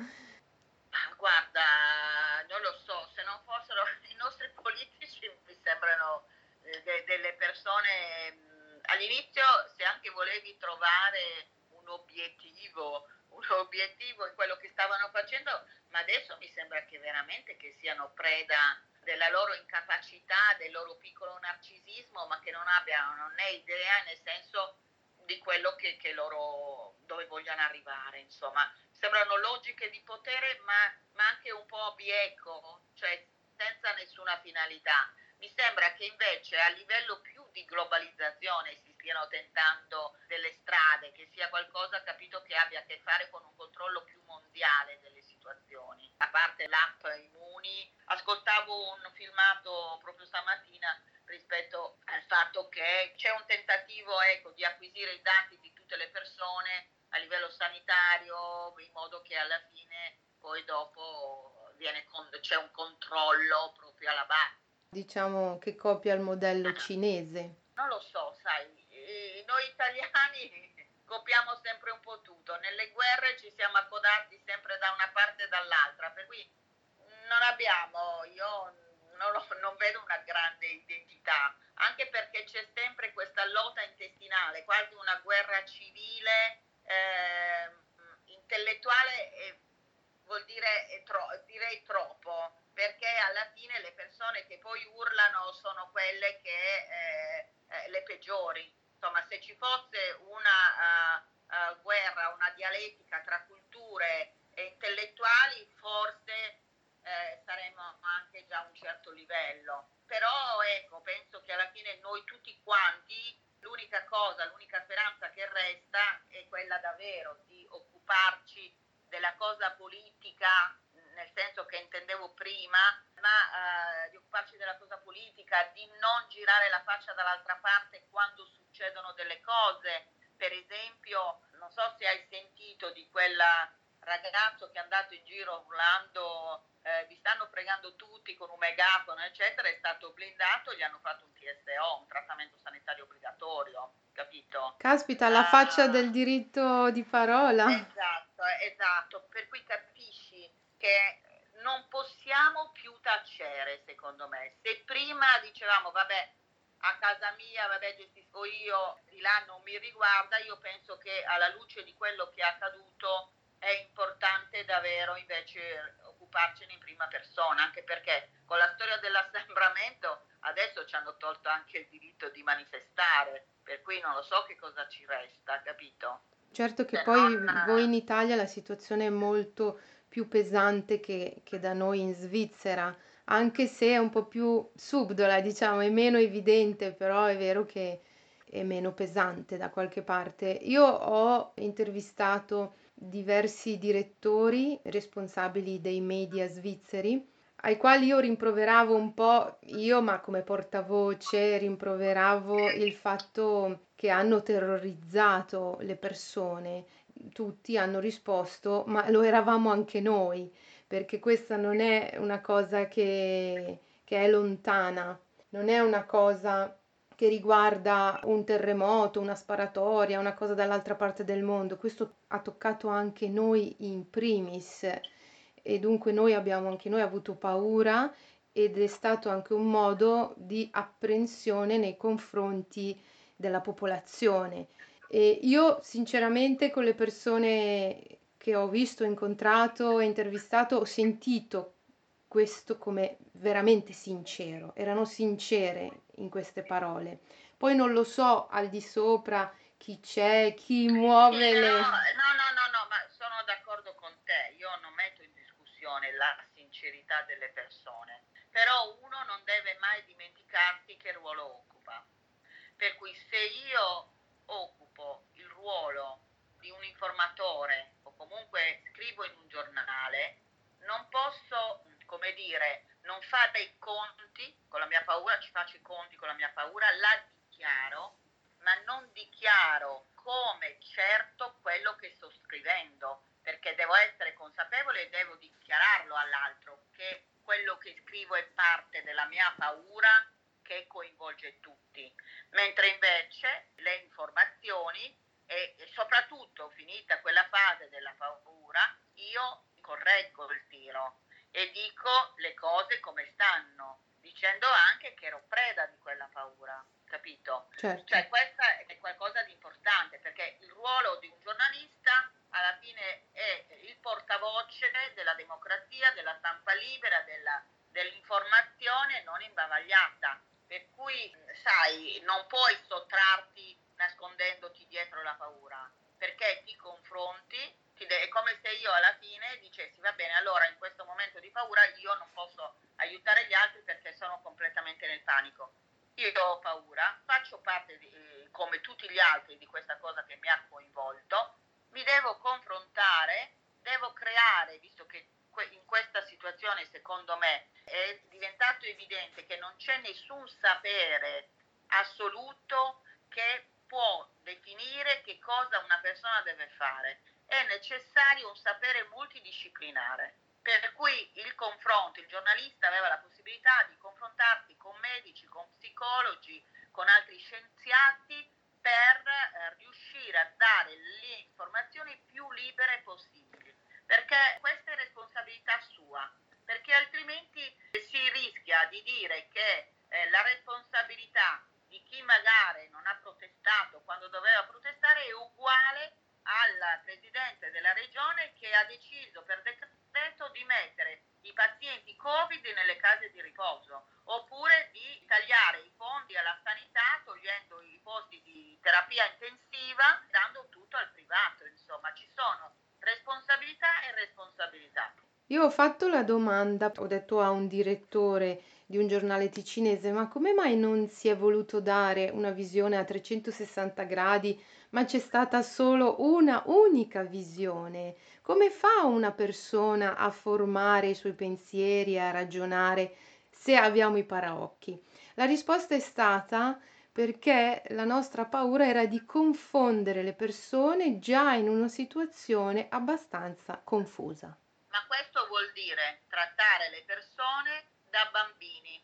Guarda, non lo so, se non fossero i nostri politici mi sembrano delle persone, all'inizio se anche volevi trovare un obiettivo in quello che stavano facendo, ma adesso mi sembra che veramente che siano preda della loro incapacità, del loro piccolo narcisismo, ma che non abbiano né idea, nel senso di quello che loro, dove vogliono arrivare, insomma. Sembrano logiche di potere, ma anche un po' bieco, cioè senza nessuna finalità. Mi sembra che invece a livello più di globalizzazione si stiano tentando delle strade, che sia qualcosa, capito, che abbia a che fare con un controllo più mondiale delle situazioni. A parte l'app Immuni, ascoltavo un filmato proprio stamattina rispetto al fatto che c'è un tentativo, ecco, di acquisire i dati di tutte le persone a livello sanitario, in modo che alla fine poi dopo c'è un controllo proprio alla base. Diciamo che copia il modello cinese. Non lo so, sai, noi italiani copiamo sempre un po' tutto, nelle guerre ci siamo accodati sempre da una parte e dall'altra, per cui io non vedo una grande identità, anche perché c'è sempre questa lotta intestinale, quasi una guerra civile, intellettuale, vuol dire direi troppo, perché alla fine le persone che poi urlano sono quelle che le peggiori. Insomma, se ci fosse una guerra, una dialettica tra culture e intellettuali, forse saremmo anche già a un certo livello. Però ecco, penso che alla fine noi tutti quanti, l'unica speranza che resta è quella davvero di occuparci della cosa politica, nel senso che intendevo prima, ma di occuparci della cosa politica, di non girare la faccia dall'altra parte quando succedono delle cose. Per esempio, non so se hai sentito di quel ragazzo che è andato in giro urlando vi stanno fregando tutti con un megafono, eccetera, è stato blindato, gli hanno fatto un TSO, un trattamento sanitario obbligatorio, capito? Caspita, la faccia del diritto di parola. Esatto, per cui capisci che non possiamo più tacere, secondo me. Se prima dicevamo, vabbè, a casa mia, vabbè, gestisco io, di là non mi riguarda, io penso che alla luce di quello che è accaduto è importante davvero invece occuparcene in prima persona, anche perché con la storia dell'assembramento adesso ci hanno tolto anche il diritto di manifestare, per cui non lo so che cosa ci resta, capito? Certo che poi voi in Italia la situazione è molto più pesante che da noi in Svizzera, anche se è un po' più subdola, diciamo, è meno evidente, però è vero che è meno pesante da qualche parte. Io ho intervistato diversi direttori responsabili dei media svizzeri, ai quali io rimproveravo un po', io ma come portavoce rimproveravo il fatto che hanno terrorizzato le persone. Tutti hanno risposto, ma lo eravamo anche noi, perché questa non è una cosa che è lontana, non è una cosa che riguarda un terremoto, una sparatoria, una cosa dall'altra parte del mondo. Questo ha toccato anche noi in primis e dunque noi abbiamo anche noi avuto paura ed è stato anche un modo di apprensione nei confronti della popolazione. E io sinceramente con le persone che ho visto, incontrato e intervistato ho sentito questo come veramente sincero, erano sincere in queste parole. Poi non lo so al di sopra chi c'è, chi muove Sì, le... no, ma sono d'accordo con te, io non metto in discussione la sincerità delle persone, però uno non deve mai dimenticarsi che ruolo occupa. Per cui se io occupo il ruolo di un informatore o comunque scrivo in un giornale, non posso, come dire, non fare i conti con la mia paura, ci faccio i conti con la mia paura, la dichiaro, ma non dichiaro come certo quello che sto scrivendo, perché devo essere consapevole e devo dichiararlo all'altro che quello che scrivo è parte della mia paura che coinvolge tutti, mentre invece le la paura, perché ti confronti, è come se io alla fine dicessi va bene, allora in questo momento di paura io non posso aiutare gli altri perché sono completamente nel panico. Io ho paura, faccio parte come tutti gli altri di questa cosa che mi ha coinvolto, mi devo confrontare, devo creare, visto che in questa situazione secondo me è diventato evidente che non c'è nessun sapere assoluto che può definire che cosa una persona deve fare. È necessario un sapere multidisciplinare, per cui il confronto, il giornalista aveva la possibilità di confrontarsi con medici, con psicologi, con altri scienziati per riuscire a dare le informazioni più libere possibili, perché questa è responsabilità sua, perché altrimenti si rischia di dire che la responsabilità di chi magari non ha protestato quando doveva protestare è uguale al presidente della regione che ha deciso per decreto di mettere i pazienti Covid nelle case di riposo, oppure di tagliare i fondi alla sanità togliendo i posti di terapia intensiva, dando tutto al privato. Insomma, ci sono responsabilità e responsabilità. Io ho fatto la domanda, ho detto a un direttore di un giornale ticinese, ma come mai non si è voluto dare una visione a 360 gradi, ma c'è stata solo una unica visione? Come fa una persona a formare i suoi pensieri, a ragionare se abbiamo i paraocchi? La risposta è stata perché la nostra paura era di confondere le persone già in una situazione abbastanza confusa. Ma questo vuol dire trattare le persone da bambini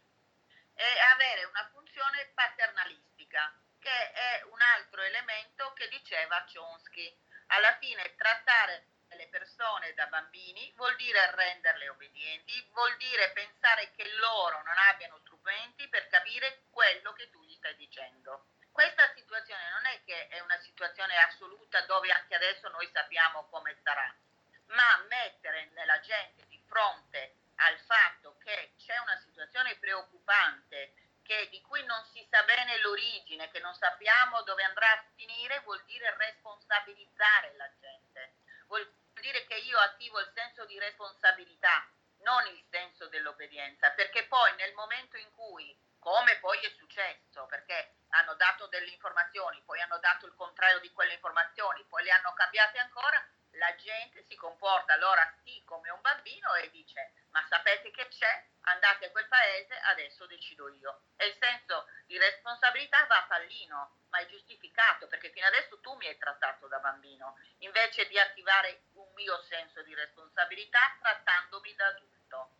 e avere una funzione paternalistica, che è un altro elemento che diceva Chomsky. Alla fine trattare le persone da bambini vuol dire renderle obbedienti, vuol dire pensare che loro non abbiano strumenti per capire quello che tu gli stai dicendo. Questa situazione non è che è una situazione assoluta dove anche adesso noi sappiamo come sarà, ma mettere nella gente di fronte al fatto che c'è una situazione preoccupante di cui non si sa bene l'origine, che non sappiamo dove andrà a finire, vuol dire responsabilizzare la gente, vuol dire che io attivo il senso di responsabilità, non il senso dell'obbedienza, perché poi nel momento in cui, come poi è successo, perché hanno dato delle informazioni, poi hanno dato il contrario di quelle informazioni, poi le hanno cambiate ancora, la gente si comporta allora sì come un bambino e dice ma sapete che c'è? Andate a quel paese, adesso decido io. E il senso di responsabilità va a pallino, ma è giustificato perché fino adesso tu mi hai trattato da bambino, invece di attivare un mio senso di responsabilità trattandomi da adulto.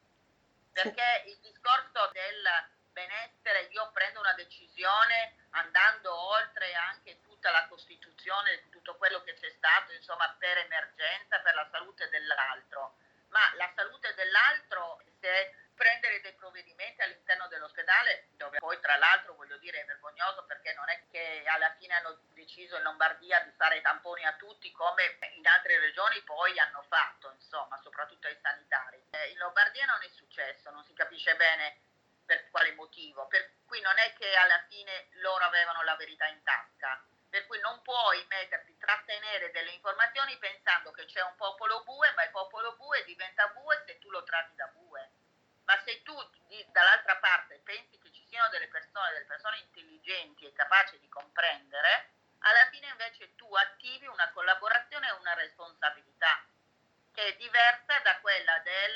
Perché il discorso del benessere, io prendo una decisione andando oltre anche tutta la Costituzione, tutto quello che c'è stato, insomma, per emergenza, per la salute dell'altro. Ma la salute dell'altro, se prendere dei provvedimenti all'interno dell'ospedale, dove poi tra l'altro voglio dire è vergognoso perché non è che alla fine hanno deciso in Lombardia di fare tamponi a tutti come in altre regioni poi hanno fatto, insomma, soprattutto ai sanitari. In Lombardia non è successo, non si capisce bene per quale motivo, per cui non è che alla fine loro avevano la verità in tasca, per cui non puoi trattenere delle informazioni pensando che c'è un popolo bue, ma il popolo bue diventa bue se tu lo tratti da bue. Ma se tu dall'altra parte pensi che ci siano delle persone intelligenti e capaci di comprendere, alla fine invece tu attivi una collaborazione e una responsabilità che è diversa da quella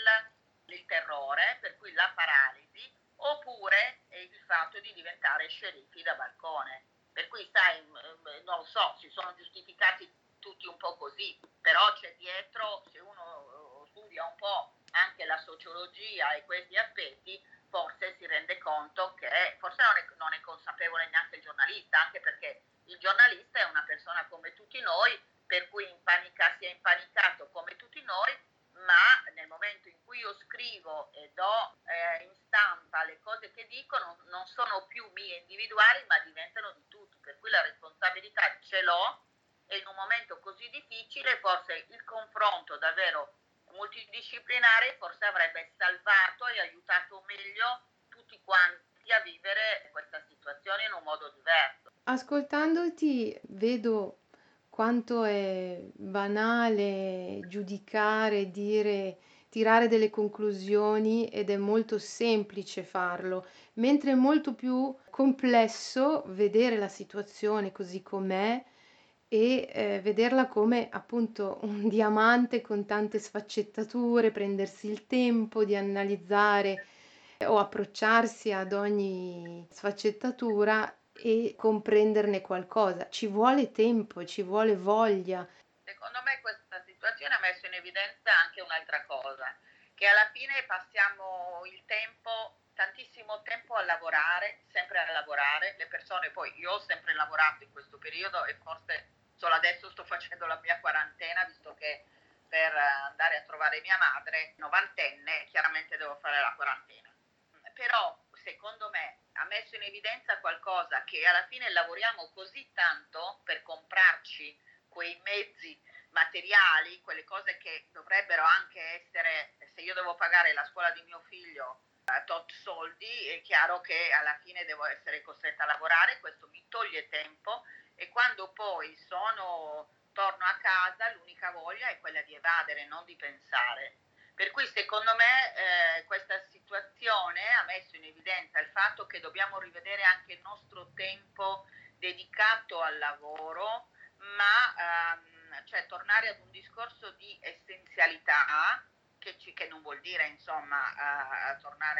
del terrore, per cui la paralisi, oppure il fatto di diventare sceriffi da balcone. Per cui sai, non lo so, si sono giustificati tutti un po' così, però c'è dietro, se uno studia un po' anche la sociologia e questi aspetti, forse si rende conto che forse non è consapevole neanche il giornalista, anche perché il giornalista è una persona come tutti noi, per cui si è impanicato come tutti noi, ma nel momento in cui io scrivo e do in stampa le cose che dico non sono più mie individuali, ma diventano di tutti, per cui la responsabilità ce l'ho e in un momento così difficile forse il confronto davvero multidisciplinare forse avrebbe salvato e aiutato meglio tutti quanti a vivere questa situazione in un modo diverso. Ascoltandoti vedo quanto è banale giudicare, dire, tirare delle conclusioni ed è molto semplice farlo, mentre è molto più complesso vedere la situazione così com'è e vederla come appunto un diamante con tante sfaccettature, prendersi il tempo di analizzare o approcciarsi ad ogni sfaccettatura e comprenderne qualcosa. Ci vuole tempo, ci vuole voglia. Secondo me questa situazione ha messo in evidenza anche un'altra cosa, che alla fine passiamo il tempo, tantissimo tempo a lavorare, sempre a lavorare, le persone poi, io ho sempre lavorato in questo periodo e forse solo adesso sto facendo la mia quarantena, visto che per andare a trovare mia madre, novantenne, chiaramente devo fare la quarantena. Però secondo me ha messo in evidenza qualcosa, che alla fine lavoriamo così tanto per comprarci quei mezzi materiali, quelle cose che dovrebbero anche essere, se io devo pagare la scuola di mio figlio tot soldi, è chiaro che alla fine devo essere costretta a lavorare, questo mi toglie tempo e quando poi torno a casa l'unica voglia è quella di evadere, non di pensare. Per cui secondo me questa situazione ha messo in evidenza il fatto che dobbiamo rivedere anche il nostro tempo dedicato al lavoro, ma cioè tornare ad un discorso di essenzialità che non vuol dire insomma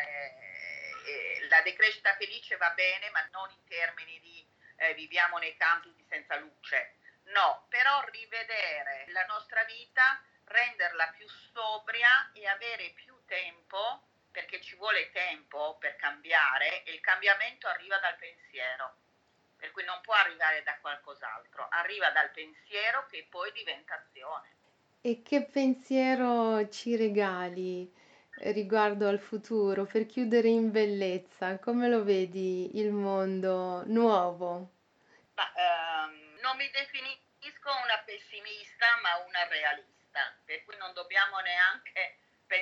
tornare la decrescita felice va bene, ma non in termini di viviamo nei campi senza luce, no, però rivedere la nostra vita, renderla più sobria e avere più tempo, perché ci vuole tempo per cambiare e il cambiamento arriva dal pensiero, per cui non può arrivare da qualcos'altro, arriva dal pensiero che poi diventa azione. E che pensiero ci regali riguardo al futuro per chiudere in bellezza? Come lo vedi il mondo nuovo? Ma, non mi definisco una pessimista, ma una realista, per cui non dobbiamo neanche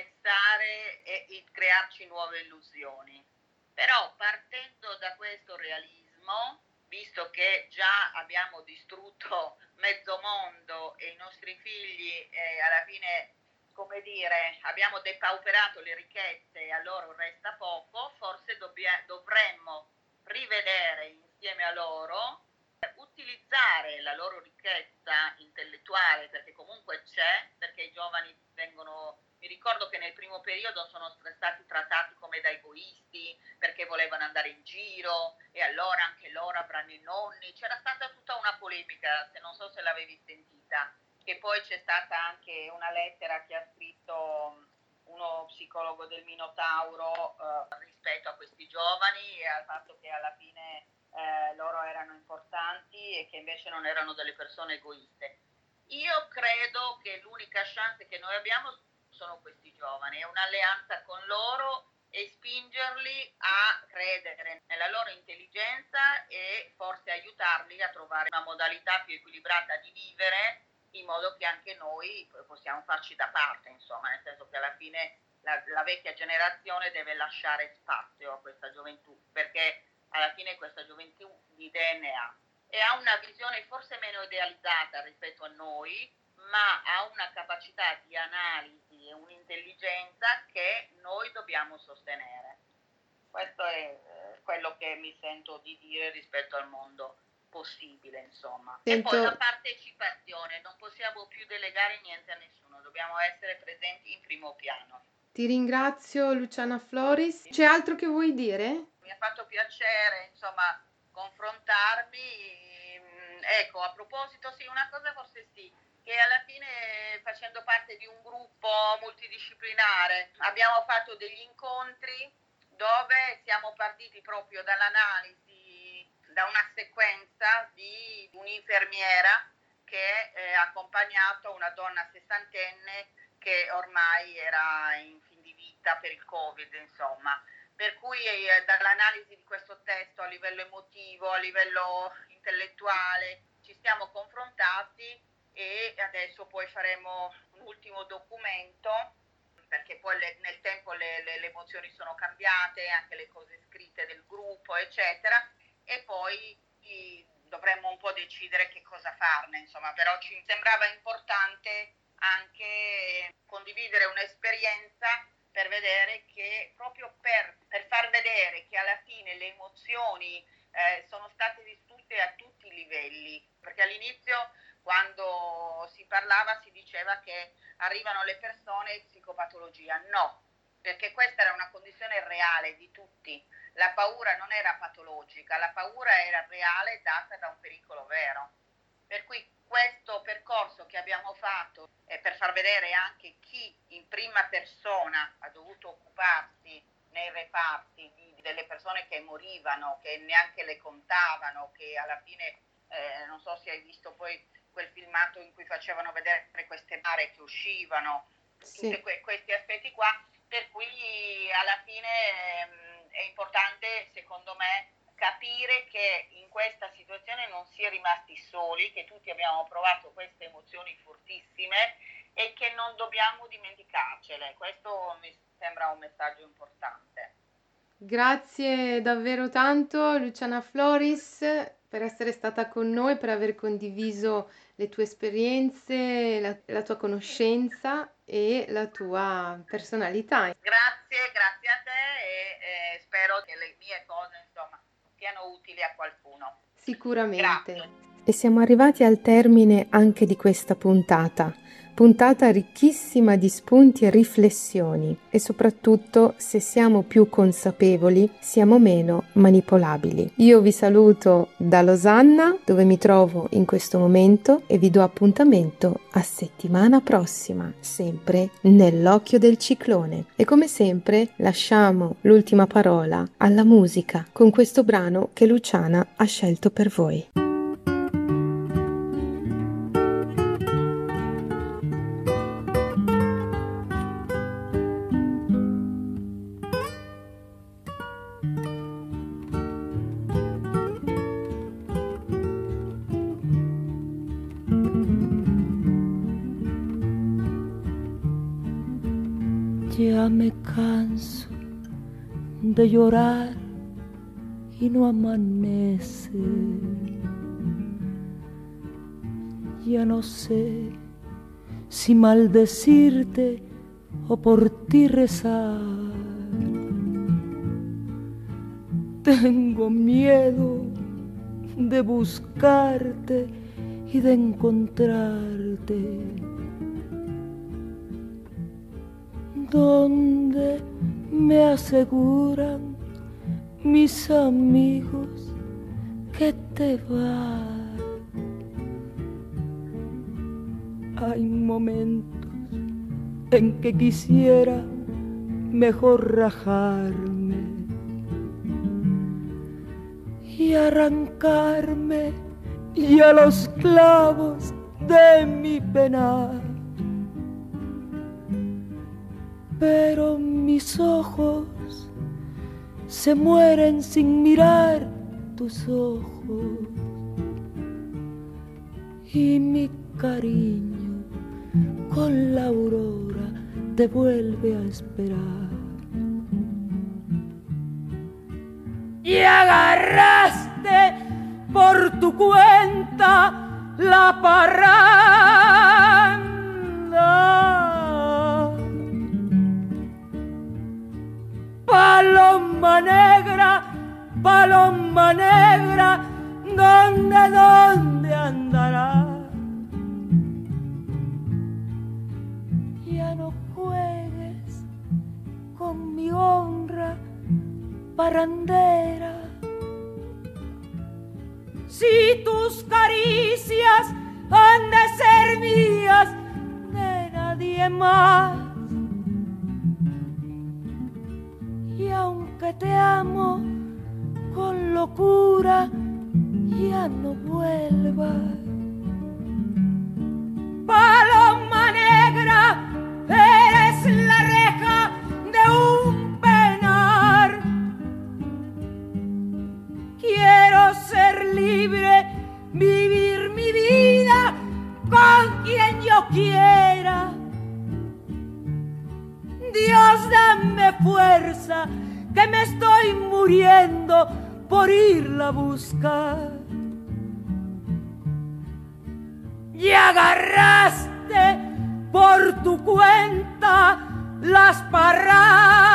pensare e crearci nuove illusioni. Però partendo da questo realismo, visto che già abbiamo distrutto mezzo mondo e i nostri figli alla fine, come dire, abbiamo depauperato le ricchezze e a loro resta poco, forse dovremmo rivedere insieme a loro, utilizzare la loro ricchezza intellettuale, perché comunque c'è, perché i giovani vengono, mi ricordo che nel primo periodo sono stati trattati come da egoisti perché volevano andare in giro e allora anche loro avranno i nonni, c'era stata tutta una polemica, se non so se l'avevi sentita, che poi c'è stata anche una lettera che ha scritto uno psicologo del Minotauro rispetto a questi giovani e al fatto che alla fine loro erano importanti e che invece non erano delle persone egoiste. Io credo che l'unica chance che noi abbiamo sono questi giovani, è un'alleanza con loro e spingerli a credere nella loro intelligenza e forse aiutarli a trovare una modalità più equilibrata di vivere in modo che anche noi possiamo farci da parte, insomma, nel senso che alla fine la vecchia generazione deve lasciare spazio a questa gioventù, perché alla fine questa gioventù di DNA e ha una visione forse meno idealizzata rispetto a noi, ma ha una capacità di analisi e un'intelligenza che noi dobbiamo sostenere. Questo è quello che mi sento di dire rispetto al mondo possibile, insomma. E poi la partecipazione, non possiamo più delegare niente a nessuno, dobbiamo essere presenti in primo piano. Ti ringrazio Luciana Floris. C'è altro che vuoi dire? Mi ha fatto piacere, insomma, confrontarmi. Ecco, a proposito, sì, una cosa forse sì, che alla fine facendo parte di un gruppo multidisciplinare abbiamo fatto degli incontri dove siamo partiti proprio dall'analisi, da una sequenza di un'infermiera che ha accompagnato una donna sessantenne che ormai era in fin di vita per il Covid, insomma. Per cui dall'analisi di questo testo a livello emotivo, a livello intellettuale, ci siamo confrontati e adesso poi faremo un ultimo documento, perché poi nel tempo le emozioni sono cambiate, anche le cose scritte del gruppo, eccetera, e poi dovremmo un po' decidere che cosa farne, insomma, però ci sembrava importante anche condividere un'esperienza per vedere che, proprio per far vedere che alla fine le emozioni sono state vissute a tutti i livelli, perché all'inizio, quando si parlava, si diceva che arrivano le persone in psicopatologia. No, perché questa era una condizione reale di tutti. La paura non era patologica, la paura era reale, data da un pericolo vero. Per cui questo percorso che abbiamo fatto è per far vedere anche chi in prima persona ha dovuto occuparsi nei reparti delle persone che morivano, che neanche le contavano, che alla fine, non so se hai visto poi quel filmato in cui facevano vedere queste bare che uscivano, Sì. tutti questi aspetti qua, per cui alla fine è importante, secondo me, capire che in questa situazione non si è rimasti soli, che tutti abbiamo provato queste emozioni fortissime e che non dobbiamo dimenticarcele. Questo mi sembra un messaggio importante. Grazie davvero tanto Luciana Floris per essere stata con noi, per aver condiviso le tue esperienze, la tua conoscenza e la tua personalità. Grazie a te e spero che le mie cose, insomma, siano utili a qualcuno. Sicuramente. Grazie. E siamo arrivati al termine anche di questa puntata ricchissima di spunti e riflessioni, e soprattutto, se siamo più consapevoli, siamo meno manipolabili. Io vi saluto da Losanna, dove mi trovo in questo momento, e vi do appuntamento a settimana prossima, sempre nell'occhio del ciclone. E come sempre lasciamo l'ultima parola alla musica con questo brano che Luciana ha scelto per voi. Ya me canso de llorar y no amanece. Ya no sé si maldecirte o por ti rezar. Tengo miedo de buscarte y de encontrarte. Donde me aseguran mis amigos que te vas. Hay momentos en que quisiera mejor rajarme y arrancarme ya los clavos de mi penar. Pero mis ojos se mueren sin mirar tus ojos y mi cariño con la aurora te vuelve a esperar. Y agarraste por tu cuenta la parranda. Paloma negra, ¿dónde andará? Ya no juegues con mi honra parrandera. Si tus caricias han de ser mías, de nadie más. Y aunque te amo con locura, ya no vuelvas. Paloma negra, eres la reja de un penar. Quiero ser libre, vivir mi vida con quien yo quiera. Dios, dame fuerza, que me estoy muriendo por irla a buscar. y agarraste por tu cuenta las parrandas